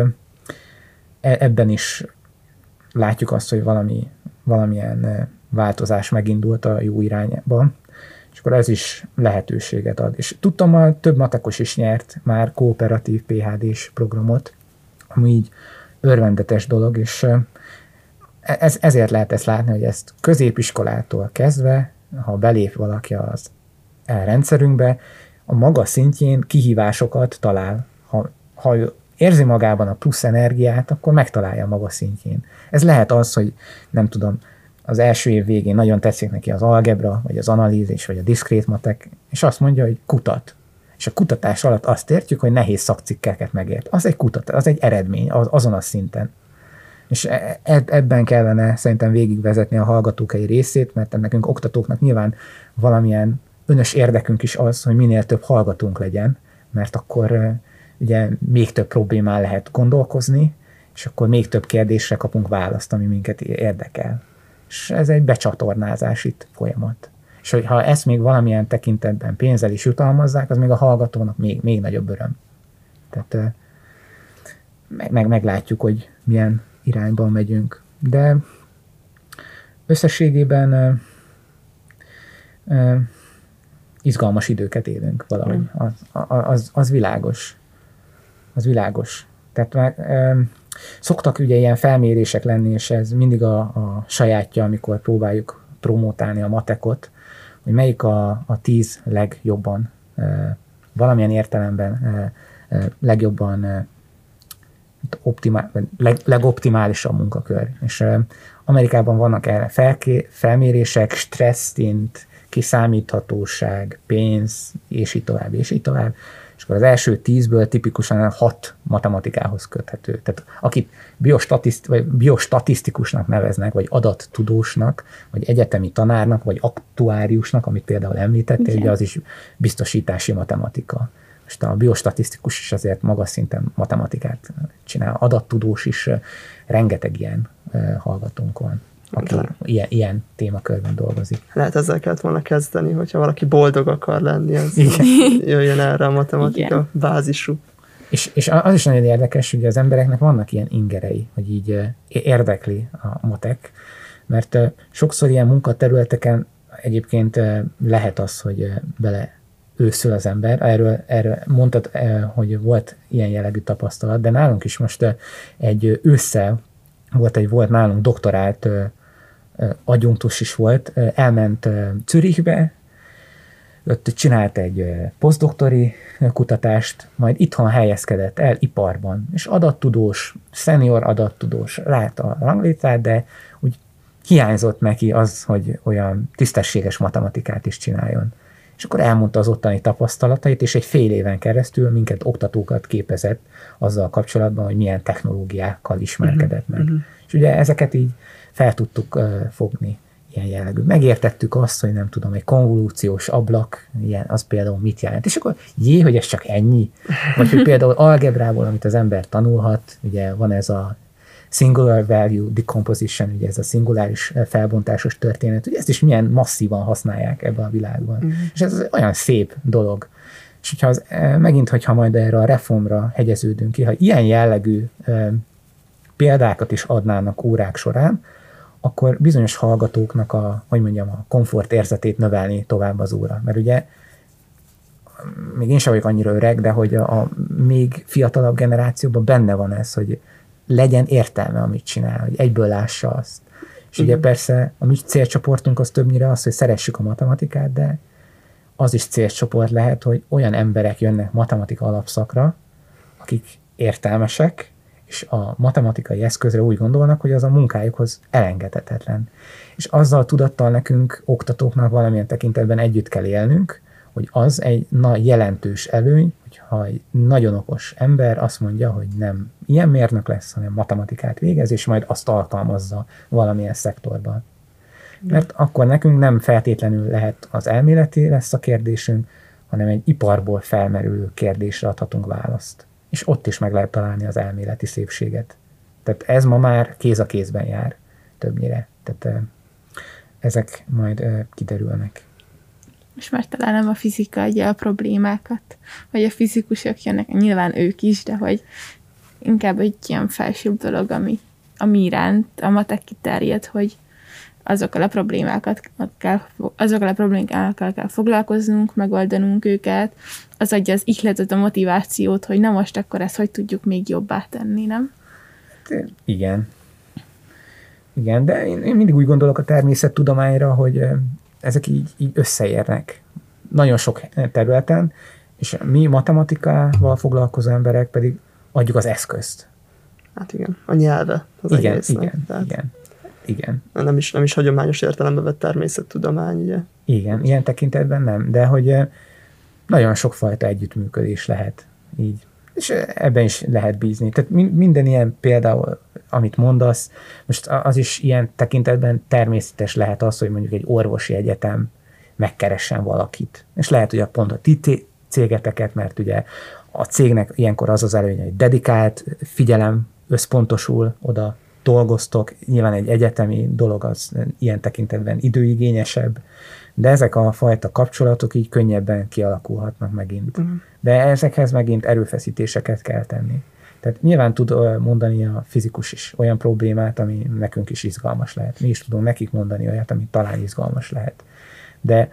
ebben is látjuk azt, hogy valami, valamilyen változás megindult a jó irányba, és akkor ez is lehetőséget ad. És tudtam, hogy több matekos is nyert már kooperatív pé há dés programot, ami így örvendetes dolog, és ez, ezért lehet ezt látni, hogy ezt középiskolától kezdve, ha belép valaki az rendszerünkbe, a maga szintjén kihívásokat talál. Ha, ha érzi magában a plusz energiát, akkor megtalálja a maga szintjén. Ez lehet az, hogy nem tudom, az első év végén nagyon tetszik neki az algebra, vagy az analízis, vagy a diszkrét matek, és azt mondja, hogy kutat. És a kutatás alatt azt értjük, hogy nehéz szakcikkeket megért. Az egy kutatás, az egy eredmény, az, azon a szinten. És ebben kellene szerintem végigvezetni a hallgatók egy részét, mert nekünk oktatóknak nyilván valamilyen önös érdekünk is az, hogy minél több hallgatónk legyen, mert akkor ugye még több problémán lehet gondolkozni, és akkor még több kérdésre kapunk választ, ami minket érdekel. És ez egy becsatornázás itt folyamat. És ha ezt még valamilyen tekintetben pénzzel is jutalmazzák, az még a hallgatónak még, még nagyobb öröm. Tehát meg, meg, meglátjuk, hogy milyen irányban megyünk. De összességében uh, uh, izgalmas időket élünk valahogy. Az, az, az világos. Az világos. Tehát már uh, szoktak ugye ilyen felmérések lenni, és ez mindig a, a sajátja, amikor próbáljuk promotálni a matekot, hogy melyik a, a tíz legjobban, uh, valamilyen értelemben uh, uh, legjobban uh, optimál, leg, legoptimálisabb munkakör. És uh, Amerikában vannak erre felké, felmérések, stressztint, kiszámíthatóság, pénz, és így tovább, és így tovább. És akkor az első tízből tipikusan hat matematikához köthető. Tehát akit biostatiszt, vagy biostatisztikusnak neveznek, vagy adattudósnak, vagy egyetemi tanárnak, vagy aktuáriusnak, amit például említettél, ugye az is biztosítási matematika. Most a biostatisztikus is azért magas szinten matematikát csinál. Adattudós is, rengeteg ilyen hallgatónk van, aki ilyen, ilyen témakörben dolgozik. Lehet ezzel kellett volna kezdeni, hogyha valaki boldog akar lenni, az jöjjön erre a matematika igen. bázisú. És, és az is nagyon érdekes, hogy az embereknek vannak ilyen ingerei, hogy így érdekli a matek, mert sokszor ilyen munkaterületeken egyébként lehet az, hogy bele őszül az ember. Erről, erről mondtad, hogy volt ilyen jellegű tapasztalat, de nálunk is most egy ősszel volt egy volt nálunk doktorált adjunktus is volt, elment Zürichbe, ott csinált egy posztdoktori kutatást, majd itthon helyezkedett el iparban, és adattudós, szenior adattudós, látta a ranglétrát, de úgy hiányzott neki az, hogy olyan tisztességes matematikát is csináljon. És akkor elmondta az ottani tapasztalatait, és egy fél éven keresztül minket, oktatókat képezett azzal kapcsolatban, hogy milyen technológiákkal ismerkedett meg. Uh-huh. És ugye ezeket így fel tudtuk uh, fogni ilyen jellegű. Megértettük azt, hogy nem tudom, egy konvolúciós ablak, ilyen, az például mit jelent. És akkor jé, hogy ez csak ennyi. Vagy hogy például algebrából, amit az ember tanulhat, ugye van ez a singular value decomposition, ugye ez a szinguláris felbontásos történet, ugye ezt is milyen masszívan használják ebben a világban. Uh-huh. És ez olyan szép dolog. És hogyha az, megint, hogyha majd erre a reformra hegyeződünk ki, ha ilyen jellegű e, példákat is adnának órák során, akkor bizonyos hallgatóknak a, hogy mondjam, a komfortérzetét növelni tovább az óra. Mert ugye még én sem vagyok annyira öreg, de hogy a, a még fiatalabb generációban benne van ez, hogy legyen értelme, amit csinál, hogy egyből lássa azt. És uh-huh. ugye persze a mi célcsoportunk az többnyire az, hogy szeressük a matematikát, de az is célcsoport lehet, hogy olyan emberek jönnek matematika alapszakra, akik értelmesek, és a matematikai eszközre úgy gondolnak, hogy az a munkájukhoz elengedhetetlen. És azzal tudattal nekünk, oktatóknak valamilyen tekintetben együtt kell élnünk, hogy az egy na, jelentős előny, hogyha egy nagyon okos ember azt mondja, hogy nem ilyen mérnök lesz, hanem matematikát végez, és majd azt alkalmazza valamilyen szektorban. Mert akkor nekünk nem feltétlenül lehet az elméleti lesz a kérdésünk, hanem egy iparból felmerülő kérdésre adhatunk választ. És ott is meg lehet találni az elméleti szépséget. Tehát ez ma már kéz a kézben jár többnyire. Tehát ezek majd kiderülnek. Most már talán nem a fizika adja a problémákat, vagy a fizikusok jönnek, nyilván ők is, de hogy inkább egy ilyen felsőbb dolog, ami, ami iránt a matek kiterjed, hogy azokkal a problémákat kell, azokkal a problémákkal kell foglalkoznunk, megoldanunk őket, az adja az ihletet, a motivációt, hogy na most akkor ezt hogy tudjuk még jobbá tenni, nem? Igen. Igen, de én, én mindig úgy gondolok a természettudományra, hogy ezek így, így összeérnek nagyon sok területen, és mi matematikával foglalkozó emberek pedig adjuk az eszközt. Hát igen, a nyelve az igen, egésznek. Igen, tehát igen, igen. Nem is, nem is hagyományos értelembe vett természettudomány, ugye? Igen, ilyen tekintetben nem, de hogy nagyon sokfajta együttműködés lehet így. És ebben is lehet bízni. Tehát minden ilyen például, amit mondasz, most az is ilyen tekintetben természetes lehet az, hogy mondjuk egy orvosi egyetem megkeressen valakit. És lehet, hogy pont a ti cégeteket, mert ugye A cégnek ilyenkor az az előnye, hogy dedikált figyelem összpontosul, oda dolgoztok, nyilván egy egyetemi dolog az ilyen tekintetben időigényesebb, de ezek a fajta kapcsolatok így könnyebben kialakulhatnak megint. Uh-huh. De ezekhez megint erőfeszítéseket kell tenni. Tehát nyilván tud mondani a fizikus is olyan problémát, ami nekünk is izgalmas lehet. Mi is tudunk nekik mondani olyat, ami talán izgalmas lehet. De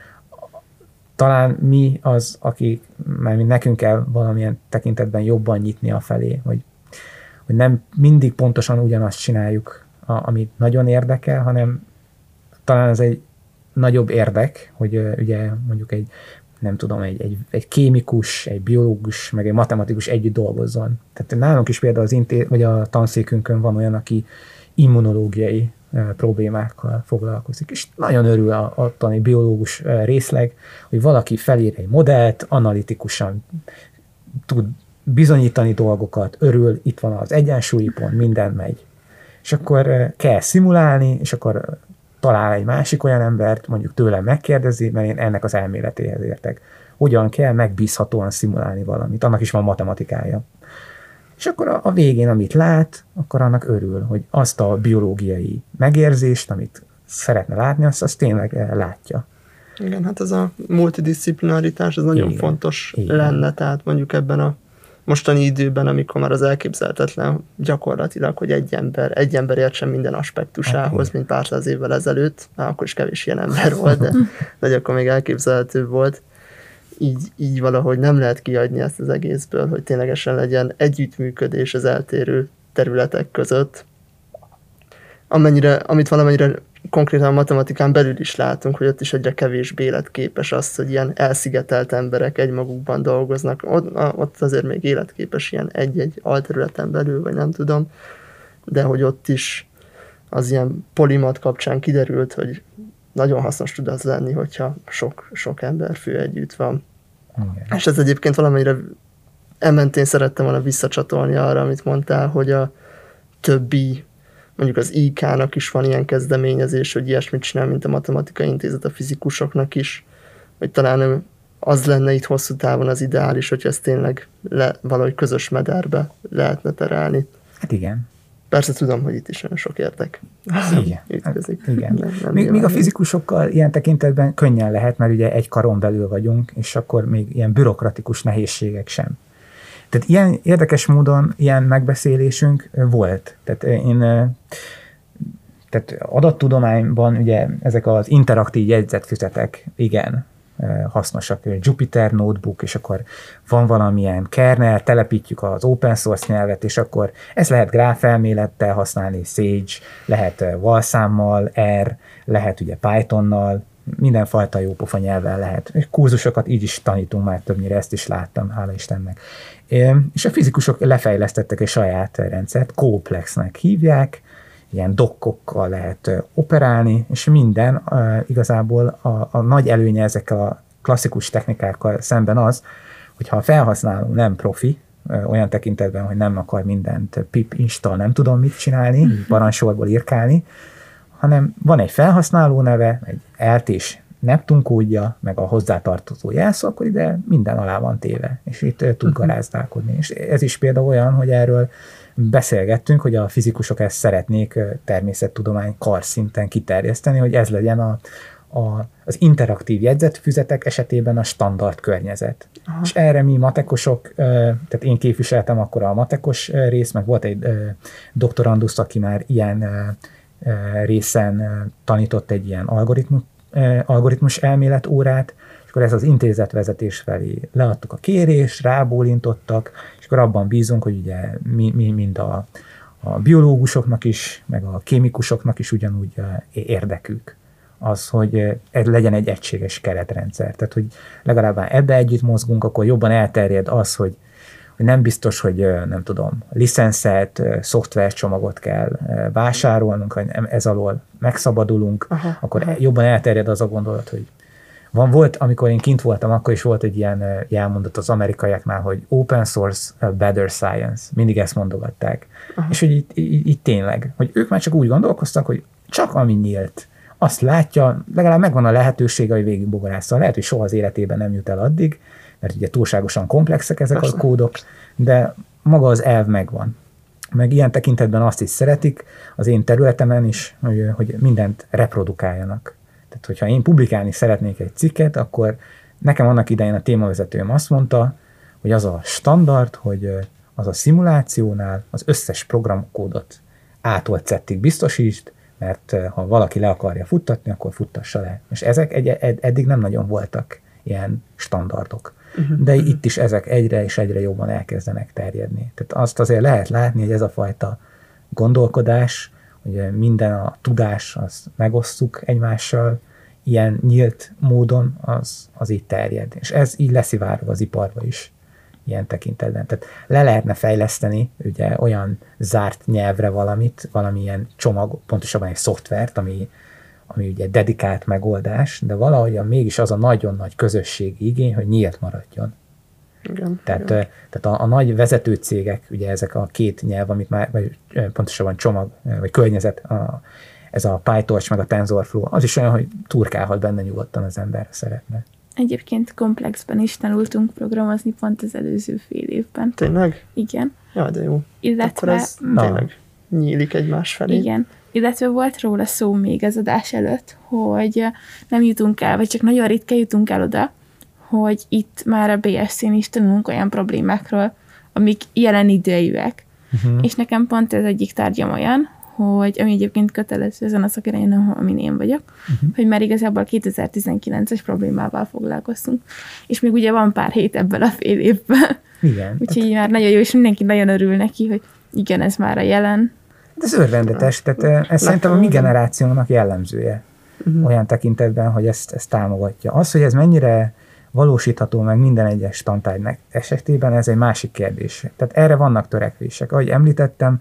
talán mi az, akik, mert nekünk kell valamilyen tekintetben jobban nyitni a felé, hogy, hogy nem mindig pontosan ugyanazt csináljuk, a, amit nagyon érdekel, hanem talán ez egy nagyobb érdek, hogy uh, ugye mondjuk egy, nem tudom, egy, egy, egy kémikus, egy biológus, meg egy matematikus együtt dolgozzon. Tehát nálunk is például az inté- vagy a tanszékünkön van olyan, aki immunológiai uh, problémákkal foglalkozik, és nagyon örül a, a tani biológus uh, részleg, hogy valaki felír egy modellt, analitikusan tud bizonyítani dolgokat, örül, itt van az egyensúlyi pont, minden megy. És akkor uh, kell szimulálni, és akkor uh, talál egy másik olyan embert, mondjuk tőlem megkérdezi, mert én ennek az elméletéhez értek. Hogyan kell megbízhatóan szimulálni valamit, annak is van matematikája. És akkor a, a végén, amit lát, akkor annak örül, hogy azt a biológiai megérzést, amit szeretne látni, azt, azt tényleg látja. Igen, hát ez a multidisziplinaritás, ez nagyon Igen. fontos Igen. lenne, tehát mondjuk ebben a mostani időben, amikor már az elképzelhetetlen gyakorlatilag, hogy egy ember, egy ember értsen minden aspektusához, mint pár száz évvel ezelőtt, már akkor is kevés ilyen ember volt, de, de akkor még elképzelhető volt. Így, így valahogy nem lehet kiadni ezt az egészből, hogy ténylegesen legyen együttműködés az eltérő területek között. Amennyire, amit valamennyire konkrétan a matematikán belül is látunk, hogy ott is egyre kevésbé életképes az, hogy ilyen elszigetelt emberek egymagukban dolgoznak. Ott, ott azért még életképes ilyen egy-egy alterületen belül, vagy nem tudom, de hogy ott is az ilyen polimat kapcsán kiderült, hogy nagyon hasznos tud az lenni, hogyha sok, sok emberfő együtt van. Igen. És ez egyébként valamennyire ementén szerettem volna visszacsatolni arra, amit mondtál, hogy a többi mondjuk az í ká-nak is van ilyen kezdeményezés, hogy ilyesmit csinál, mint a Matematikai Intézet a fizikusoknak is, hogy talán az lenne itt hosszú távon az ideális, hogy ezt tényleg le, valahogy közös mederbe lehetne terelni. Hát igen. Persze tudom, hogy itt is nagyon sok érdek. Igen. ütközik. Hát igen. Nem, nem még, még a fizikusokkal ilyen tekintetben könnyen lehet, mert ugye egy karon belül vagyunk, és akkor még ilyen bürokratikus nehézségek sem. Tehát ilyen érdekes módon ilyen megbeszélésünk volt. Tehát én tehát adattudományban ugye ezek az interaktív jegyzetfüzetek igen hasznosak. Jupyter Notebook, és akkor van valamilyen kernel, telepítjük az open source nyelvet, és akkor ezt lehet gráfelmélettel használni, Sage, lehet valszámmal, R, lehet ugye Pythonnal, mindenfajta jópofa nyelvvel lehet. És kurzusokat így is tanítunk már többnyire, ezt is láttam, hála Istennek. És a fizikusok lefejlesztettek egy saját rendszert, Coplexnek hívják, ilyen dokkokkal lehet operálni, és minden uh, igazából a, a nagy előnye ezekkel a klasszikus technikákkal szemben az, hogyha a felhasználó nem profi, uh, olyan tekintetben, hogy nem akar mindent pip install, nem tudom mit csinálni, mm-hmm. parancsorból írkálni, hanem van egy felhasználó neve, egy eltés Neptun kódja, meg a hozzátartozó jelszó, akkor ide minden alá van téve, és itt uh, tud garázdálkodni. És ez is például olyan, hogy erről beszélgettünk, hogy a fizikusok ezt szeretnék természettudomány kar szinten kiterjeszteni, hogy ez legyen a, a, az interaktív jegyzetfüzetek esetében a standard környezet. Aha. És erre mi matekosok, tehát én képviseltem akkor a matekos részt, meg volt egy doktorandus, aki már ilyen részen tanított egy ilyen algoritmus, algoritmus elmélet órát, és akkor ez az intézetvezetés felé leadtuk a kérést, rábólintottak, és akkor abban bízunk, hogy ugye mi, mi mind a, a biológusoknak is, meg a kémikusoknak is ugyanúgy érdekük az, hogy ez legyen egy egységes keretrendszer. Tehát, hogy legalább ebbe együtt mozgunk, akkor jobban elterjed az, hogy, hogy nem biztos, hogy nem tudom, licenszelt szoftvercsomagot kell vásárolnunk, hogy ez alól megszabadulunk, aha, akkor aha. jobban elterjed az a gondolat, hogy van, volt, amikor én kint voltam, akkor is volt egy ilyen jelmondat az amerikaiaknál, hogy open source, better science. Mindig ezt mondogatták. Aha. És hogy itt, itt, itt tényleg, hogy ők már csak úgy gondolkoztak, hogy csak ami nyílt, azt látja, legalább megvan a lehetősége, hogy végigbogarázza. Lehet, hogy soha az életében nem jut el addig, mert ugye túlságosan komplexek ezek Persze. a kódok, de maga az elv megvan. Meg ilyen tekintetben azt is szeretik az én területemen is, hogy, hogy mindent reprodukáljanak. Tehát, hogyha én publikálni szeretnék egy cikket, akkor nekem annak idején a témavezetőm azt mondta, hogy az a standard, hogy az a szimulációnál az összes programkódot A-tól Z-ig biztosítsd, mert ha valaki le akarja futtatni, akkor futtassa le. És ezek egy, ed, eddig nem nagyon voltak ilyen standardok. Uh-huh. De itt is ezek egyre és egyre jobban elkezdenek terjedni. Tehát azt azért lehet látni, hogy ez a fajta gondolkodás, hogy minden a tudás, azt megosztjuk egymással, ilyen nyílt módon az, az így terjed. És ez így leszivárog az iparba is ilyen tekintetben. Tehát le lehetne fejleszteni ugye olyan zárt nyelvre valamit, valamilyen csomag, pontosabban egy szoftvert, ami, ami ugye dedikált megoldás, de valahogyan mégis az a nagyon nagy közösségi igény, hogy nyílt maradjon. Igen, tehát igen. tehát a, a nagy vezető cégek, ugye ezek a két nyelv, amit már, vagy pontosabban csomag, vagy környezet, a, ez a PyTorch meg a TensorFlow, az is olyan, hogy turkálhat benne nyugodtan az ember, szeretne. Egyébként Complexben is tanultunk programozni pont az előző fél évben. Tényleg? Igen. Ja, de jó. Illetve, Akkor ez na. tényleg nyílik egymás felé. Igen. Illetve volt róla szó még az adás előtt, hogy nem jutunk el, vagy csak nagyon ritka jutunk el oda, hogy itt már a bé es cén is tanulunk olyan problémákról, amik jelen idejűek. Uh-huh. És nekem pont ez egyik tárgyam olyan, hogy ami egyébként kötelező ezen a szakirányon, amin én vagyok, uh-huh. hogy már igazából kétezer-tizenkilences problémával foglalkoztunk. És még ugye van pár hét ebből a fél évben. Igen. Úgyhogy már nagyon jó, és mindenki nagyon örül neki, hogy igen, ez már a jelen. De ez örvendetes, tehát ez szerintem a mi generációnak jellemzője. Uh-huh. Olyan tekintetben, hogy ezt, ezt támogatja. Az, hogy ez mennyire valósítható meg minden egyes tantárgy esetében, ez egy másik kérdés. Tehát erre vannak törekvések. Ahogy említettem,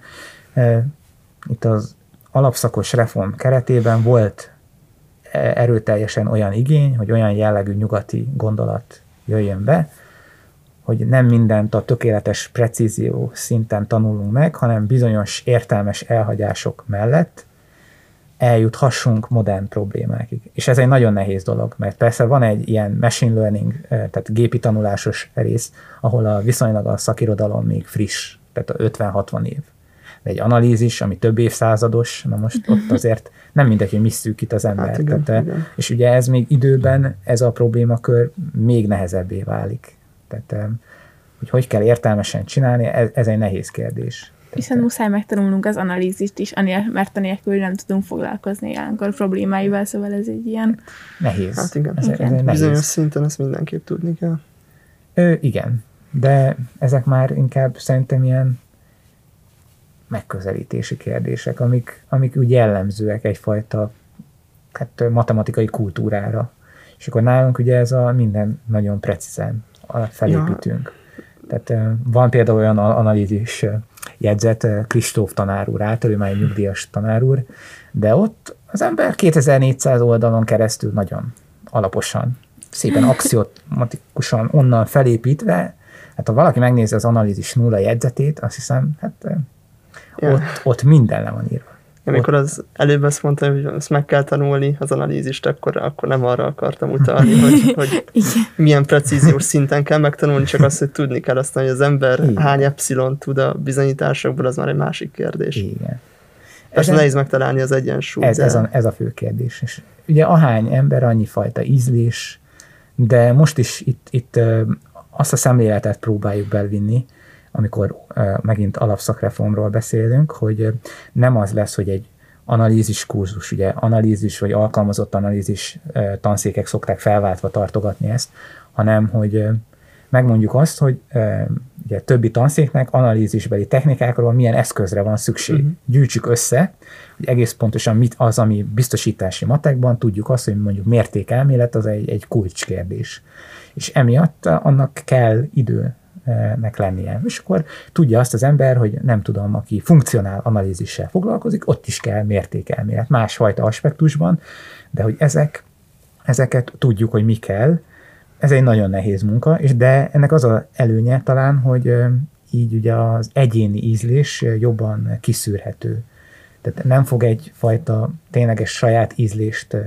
itt az alapszakos reform keretében volt erőteljesen olyan igény, hogy olyan jellegű nyugati gondolat jöjjön be, hogy nem mindent a tökéletes precízió szinten tanulunk meg, hanem bizonyos értelmes elhagyások mellett eljuthassunk modern problémákig. És ez egy nagyon nehéz dolog, mert persze van egy ilyen machine learning, tehát gépi tanulásos rész, ahol a viszonylag a szakirodalom még friss, tehát a ötven-hatvan év. De egy analízis, ami több évszázados, na most ott azért nem mindegy, hogy mi szűkít az ember. Hát igen, tehát, igen. És ugye ez még időben, ez a problémakör még nehezebbé válik. Tehát, hogy hogy kell értelmesen csinálni, ez, ez egy nehéz kérdés. Viszont muszáj megtanulnunk az analízist is, mert anélkül nem tudunk foglalkozni ilyenkor problémáival, szóval ez egy ilyen... Nehéz. Hát igen. Ez, ez Igen. nehéz. Bizonyos szinten ezt mindenképp tudni kell. Ö, igen, de ezek már inkább szerintem ilyen megközelítési kérdések, amik, amik úgy jellemzőek egyfajta hát, matematikai kultúrára. És akkor nálunk ugye ez a minden nagyon precízen felépítünk. Ja. Tehát van például olyan analízis jegyzet Kristóf tanár úr által, ő már egy nyugdíjas tanár úr, de ott az ember kétezer-négyszáz oldalon keresztül nagyon alaposan, szépen axiomatikusan onnan felépítve, hát ha valaki megnézi az analízis nulla jegyzetét, azt hiszem, hát ja. ott, ott minden le van írva. Amikor az előbb azt mondtam, hogy ezt meg kell tanulni, az analízist, akkor, akkor nem arra akartam utalni, hogy, hogy milyen precíziós szinten kell megtanulni, csak azt, hogy tudni kell aztán, hogy az ember igen. hány epsilon tud a bizonyításokból, az már egy másik kérdés. Igen. Persze nehéz megtalálni az egyensúlyt. Ez, de... ez, a, ez a fő kérdés. És ugye ahány ember, annyi fajta ízlés, de most is itt, itt azt a szemléletet próbáljuk belvinni, amikor uh, megint alapszakreformról beszélünk, hogy uh, nem az lesz, hogy egy analízis kurzus, ugye analízis vagy alkalmazott analízis uh, tanszékek szokták felváltva tartogatni ezt, hanem hogy uh, megmondjuk azt, hogy uh, ugye többi tanszéknek analízisbeli technikákról milyen eszközre van szükség. Uh-huh. Gyűjtsük össze, hogy egész pontosan mit az, ami biztosítási matekban tudjuk azt, hogy mondjuk mértékelmélet az egy, egy kulcskérdés. És emiatt annak kell idő nek lennie. És akkor tudja azt az ember, hogy nem tudom, aki funkcionál analízissel foglalkozik, ott is kell mértékelmélet, másfajta aspektusban, de hogy ezek, ezeket tudjuk, hogy mi kell, ez egy nagyon nehéz munka, és de ennek az az előnye talán, hogy így ugye az egyéni ízlés jobban kiszűrhető. Tehát nem fog egyfajta tényleges saját ízlést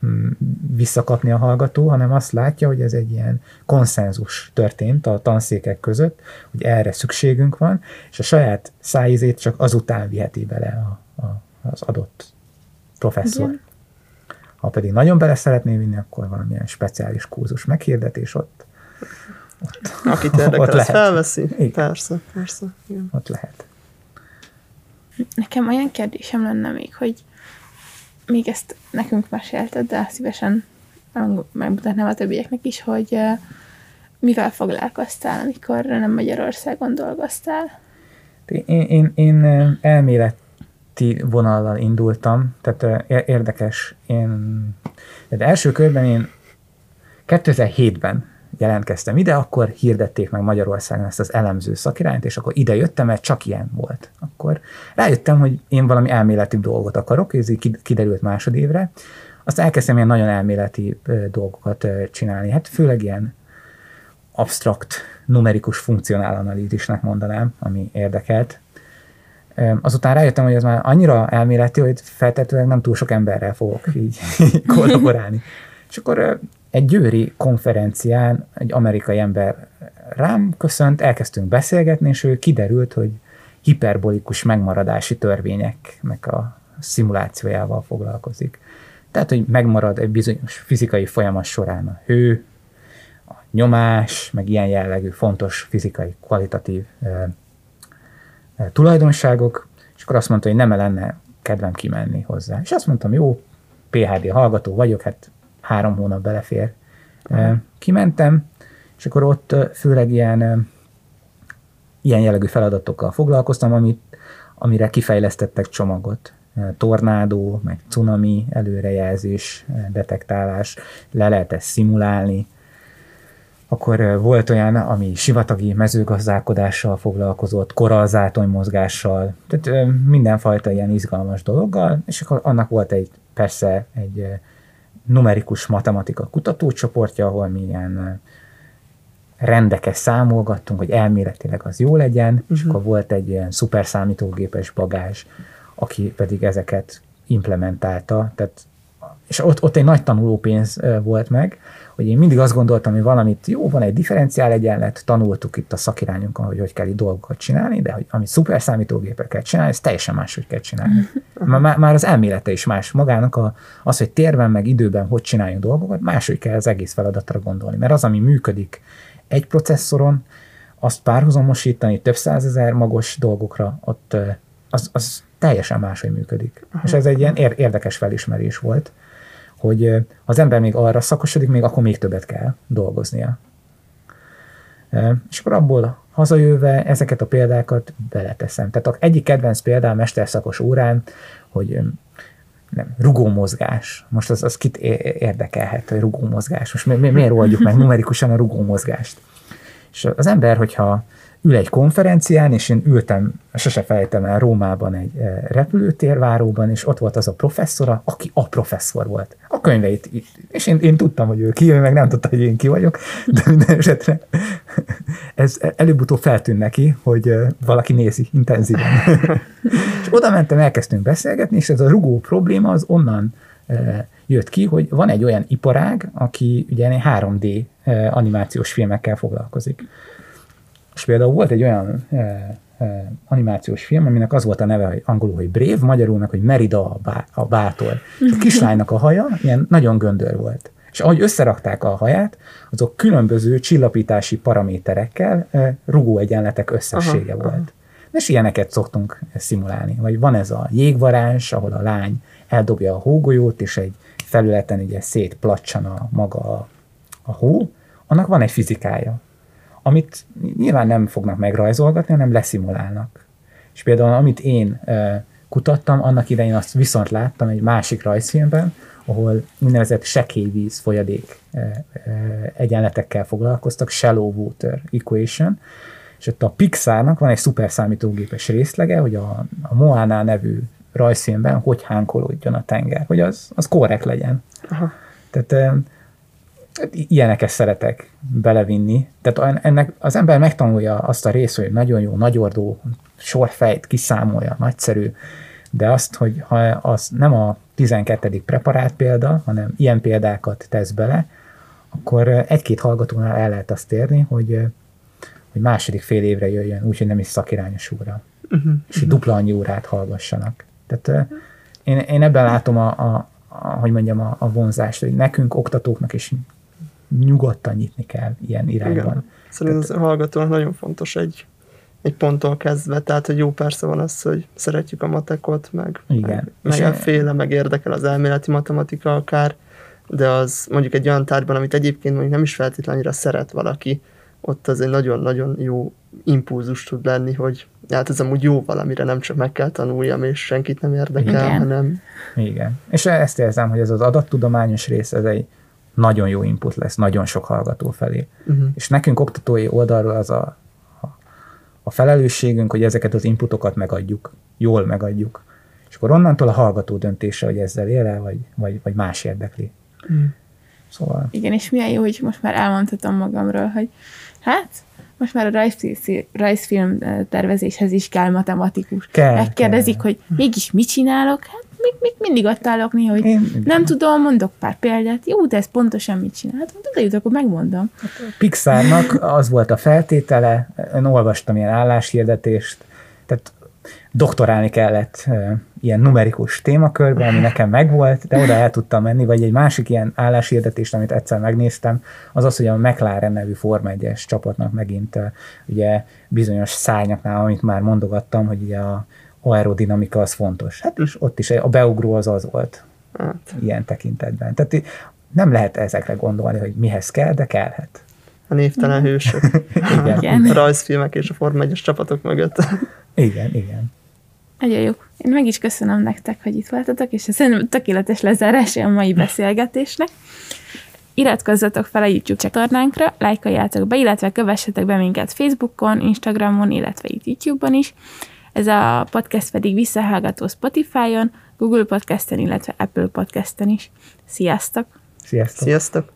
visszakapni a hallgató, hanem azt látja, hogy ez egy ilyen konszenzus történt a tanszékek között, hogy erre szükségünk van, és a saját szájízét csak azután viheti bele a, a, az adott professzor. Igen. Ha pedig nagyon bele szeretné vinni, akkor valamilyen speciális kurzus meghirdetés ott. ott Akit érdekel, azt felveszi. Igen. Persze, persze. Igen. Ott lehet. Nekem olyan kérdésem lenne még, hogy még ezt nekünk mesélted, de szívesen megmutatnám a többieknek is, hogy uh, mivel foglalkoztál, amikor nem Magyarországon dolgoztál? Én, én, én elméleti vonallal indultam, tehát érdekes. Én, de első körben én kétezer-hétben jelentkeztem ide, akkor hirdették meg Magyarországon ezt az elemző szakirányt, és akkor ide jöttem, mert csak ilyen volt. Akkor rájöttem, hogy én valami elméleti dolgot akarok, ez így kiderült másodévre. Aztán elkezdtem ilyen nagyon elméleti dolgokat csinálni. Hát főleg ilyen absztrakt, numerikus funkcionálanalízisnek mondanám, ami érdekelt. Azután rájöttem, hogy ez már annyira elméleti, hogy feltétlenül nem túl sok emberrel fogok így kollaborálni. És akkor egy győri konferencián egy amerikai ember rám köszönt, elkezdtünk beszélgetni, és ő kiderült, hogy hiperbolikus megmaradási törvényeknek a szimulációjával foglalkozik. Tehát, hogy megmarad egy bizonyos fizikai folyamat során a hő, a nyomás, meg ilyen jellegű fontos fizikai kvalitatív e, e, tulajdonságok, és akkor azt mondta, hogy nem lenne kedvem kimenni hozzá. És azt mondtam, jó, pé há dé hallgató vagyok, hát három hónap belefér. Uh-huh. Kimentem, és akkor ott főleg ilyen, ilyen jellegű feladatokkal foglalkoztam, amit, amire kifejlesztettek csomagot. Tornádó, meg cunami előrejelzés, detektálás, le lehet ezt szimulálni. Akkor volt olyan, ami sivatagi mezőgazdálkodással foglalkozott, korallzátony mozgással, tehát mindenfajta ilyen izgalmas dologgal, és akkor annak volt egy, persze egy numerikus matematika kutatócsoportja, ahol mi ilyen rendeket számolgattunk, hogy elméletileg az jó legyen, uh-huh. és akkor volt egy ilyen szuperszámítógépes bagázs, aki pedig ezeket implementálta, tehát, és ott, ott egy nagy tanulópénz volt meg, hogy én mindig azt gondoltam, hogy valamit jó, van egy differenciál egyenlet, tanultuk itt a szakirányunkon, hogy hogy kell itt dolgokat csinálni, de hogy amit szuperszámítógépre kell csinálni, ez teljesen máshogy kell csinálni. Már, már az elmélete is más. Magának a, az, hogy térben meg időben hogy csináljunk dolgokat, máshogy kell az egész feladatra gondolni. Mert az, ami működik egy processzoron, azt párhuzamosítani több százezer magos dolgokra, ott az, az teljesen máshogy működik. Aha. És ez egy ilyen érdekes felismerés volt, hogy az ember még arra szakosodik, még akkor még többet kell dolgoznia. És akkor abból hazajöve ezeket a példákat beleteszem. Tehát egyik kedvenc példám mesterszakos órán, hogy nem, rugómozgás. Most az, az kit érdekelhet, hogy rugómozgás. Most mi, mi, miért oldjuk meg numerikusan a rugómozgást? És az ember, hogyha ül egy konferencián, és én ültem, sose felejtem el, Rómában egy repülőtérváróban, és ott volt az a professzora, aki a professzor volt. A könyveit, és én, én tudtam, hogy ő ki, ő meg nem tudta, hogy én ki vagyok, de minden esetre ez előbb-utóbb feltűnt neki, hogy valaki nézi intenzíven. És oda mentem, elkezdtünk beszélgetni, és ez a rugó probléma az onnan jött ki, hogy van egy olyan iparág, aki ugye három dé animációs filmekkel foglalkozik. És például volt egy olyan eh, eh, animációs film, aminek az volt a neve, hogy angolul, hogy Brave, magyarul meg, hogy Merida a, bá, a bátor. És a kislánynak a haja ilyen nagyon göndör volt. És ahogy összerakták a haját, azok különböző csillapítási paraméterekkel eh, rugóegyenletek összessége aha, volt. Aha. És ilyeneket szoktunk szimulálni. Vagy van ez a jégvarázs, ahol a lány eldobja a hógolyót, és egy felületen ugye szétplacsan a maga a, a hó, annak van egy fizikája, amit nyilván nem fognak megrajzolgatni, hanem leszimulálnak. És például, amit én e, kutattam, annak idején azt viszont láttam egy másik rajzfilmben, ahol úgynevezett sekélyvíz folyadék e, e, egyenletekkel foglalkoztak, shallow water equation, és ott a Pixarnak van egy szuperszámítógépes részlege, hogy a, a Moana nevű rajzfilmben hogy hánkolódjon a tenger, hogy az, az korrekt legyen. Aha. Tehát e, ilyeneket szeretek belevinni. Tehát ennek az ember megtanulja azt a részt, hogy nagyon jó, nagyordó sorfejt kiszámolja, nagyszerű, De azt, hogy ha az nem a tizenkettedik preparát példa, hanem ilyen példákat tesz bele, akkor egy-két hallgatónál el lehet azt érni, hogy, hogy második fél évre jöjjön, úgyhogy nem is szakirányos óra. Uh-huh. És hogy dupla annyi órát hallgassanak. Tehát én, én ebben látom a, a, a, hogy mondjam, a, a vonzást, hogy nekünk, oktatóknak is nyugodtan nyitni kell ilyen irányban. Igen. Szerintem tehát, a hallgatónak nagyon fontos egy, egy ponttól kezdve, tehát hogy jó, persze van az, hogy szeretjük a matekot, meg, igen. meg, meg féle, meg érdekel az elméleti matematika akár, de az mondjuk egy olyan tárgyban, amit egyébként mondjuk nem is feltétlenül annyira szeret valaki, ott az egy nagyon-nagyon jó impulzus tud lenni, hogy hát ez amúgy jó valamire, nem csak meg kell tanuljam, és senkit nem érdekel, igen. hanem... Igen. És ezt érzem, hogy ez az adattudományos rész, ez egy nagyon jó input lesz, nagyon sok hallgató felé. Uh-huh. És nekünk oktatói oldalról az a, a, a felelősségünk, hogy ezeket az inputokat megadjuk, jól megadjuk. És akkor onnantól a hallgató döntése, hogy ezzel él-e, vagy, vagy, vagy más érdekli. Uh-huh. Szóval... Igen, és milyen jó, hogy most már elmondhatom magamról, hogy hát most már a rajzfilm, rajzfilm tervezéshez is kell matematikus. Kell, Megkérdezik, kell. hogy mégis mit csinálok? Hát még, még mindig ott állok néha, hogy Én, nem tudom, mondok pár példát. Jó, de ez pontosan mit csinál? Hát oda jut, akkor megmondom. Pixarnak az volt a feltétele, én olvastam ilyen álláshirdetést, tehát doktorálni kellett uh, ilyen numerikus témakörben, ami nekem megvolt, de oda el tudtam menni, vagy egy másik ilyen álláshirdetést, amit egyszer megnéztem, az az, hogy a McLaren nevű Forma egyes csapatnak megint uh, ugye bizonyos szárnyaknál, amit már mondogattam, hogy ugye a aerodinamika az fontos. Hát és ott is a beugró az az volt hát. Ilyen tekintetben. Tehát nem lehet ezekre gondolni, hogy mihez kell, de kellhet. A névtelen hősök. Igen. Igen. A rajzfilmek és a Forma egyes csapatok mögött. Igen, igen. Nagyon jó. Én meg is köszönöm nektek, hogy itt voltatok, és ez szerintem tökéletes lezárása a mai beszélgetésnek. Iratkozzatok fel a YouTube csatornánkra, lájkoljátok be, illetve kövessetek be minket Facebookon, Instagramon, illetve itt YouTube-on is. Ez a podcast pedig visszahallgató Spotify-on, Google Podcasten, illetve Apple Podcasten is. Sziasztok! Sziasztok! Sziasztok!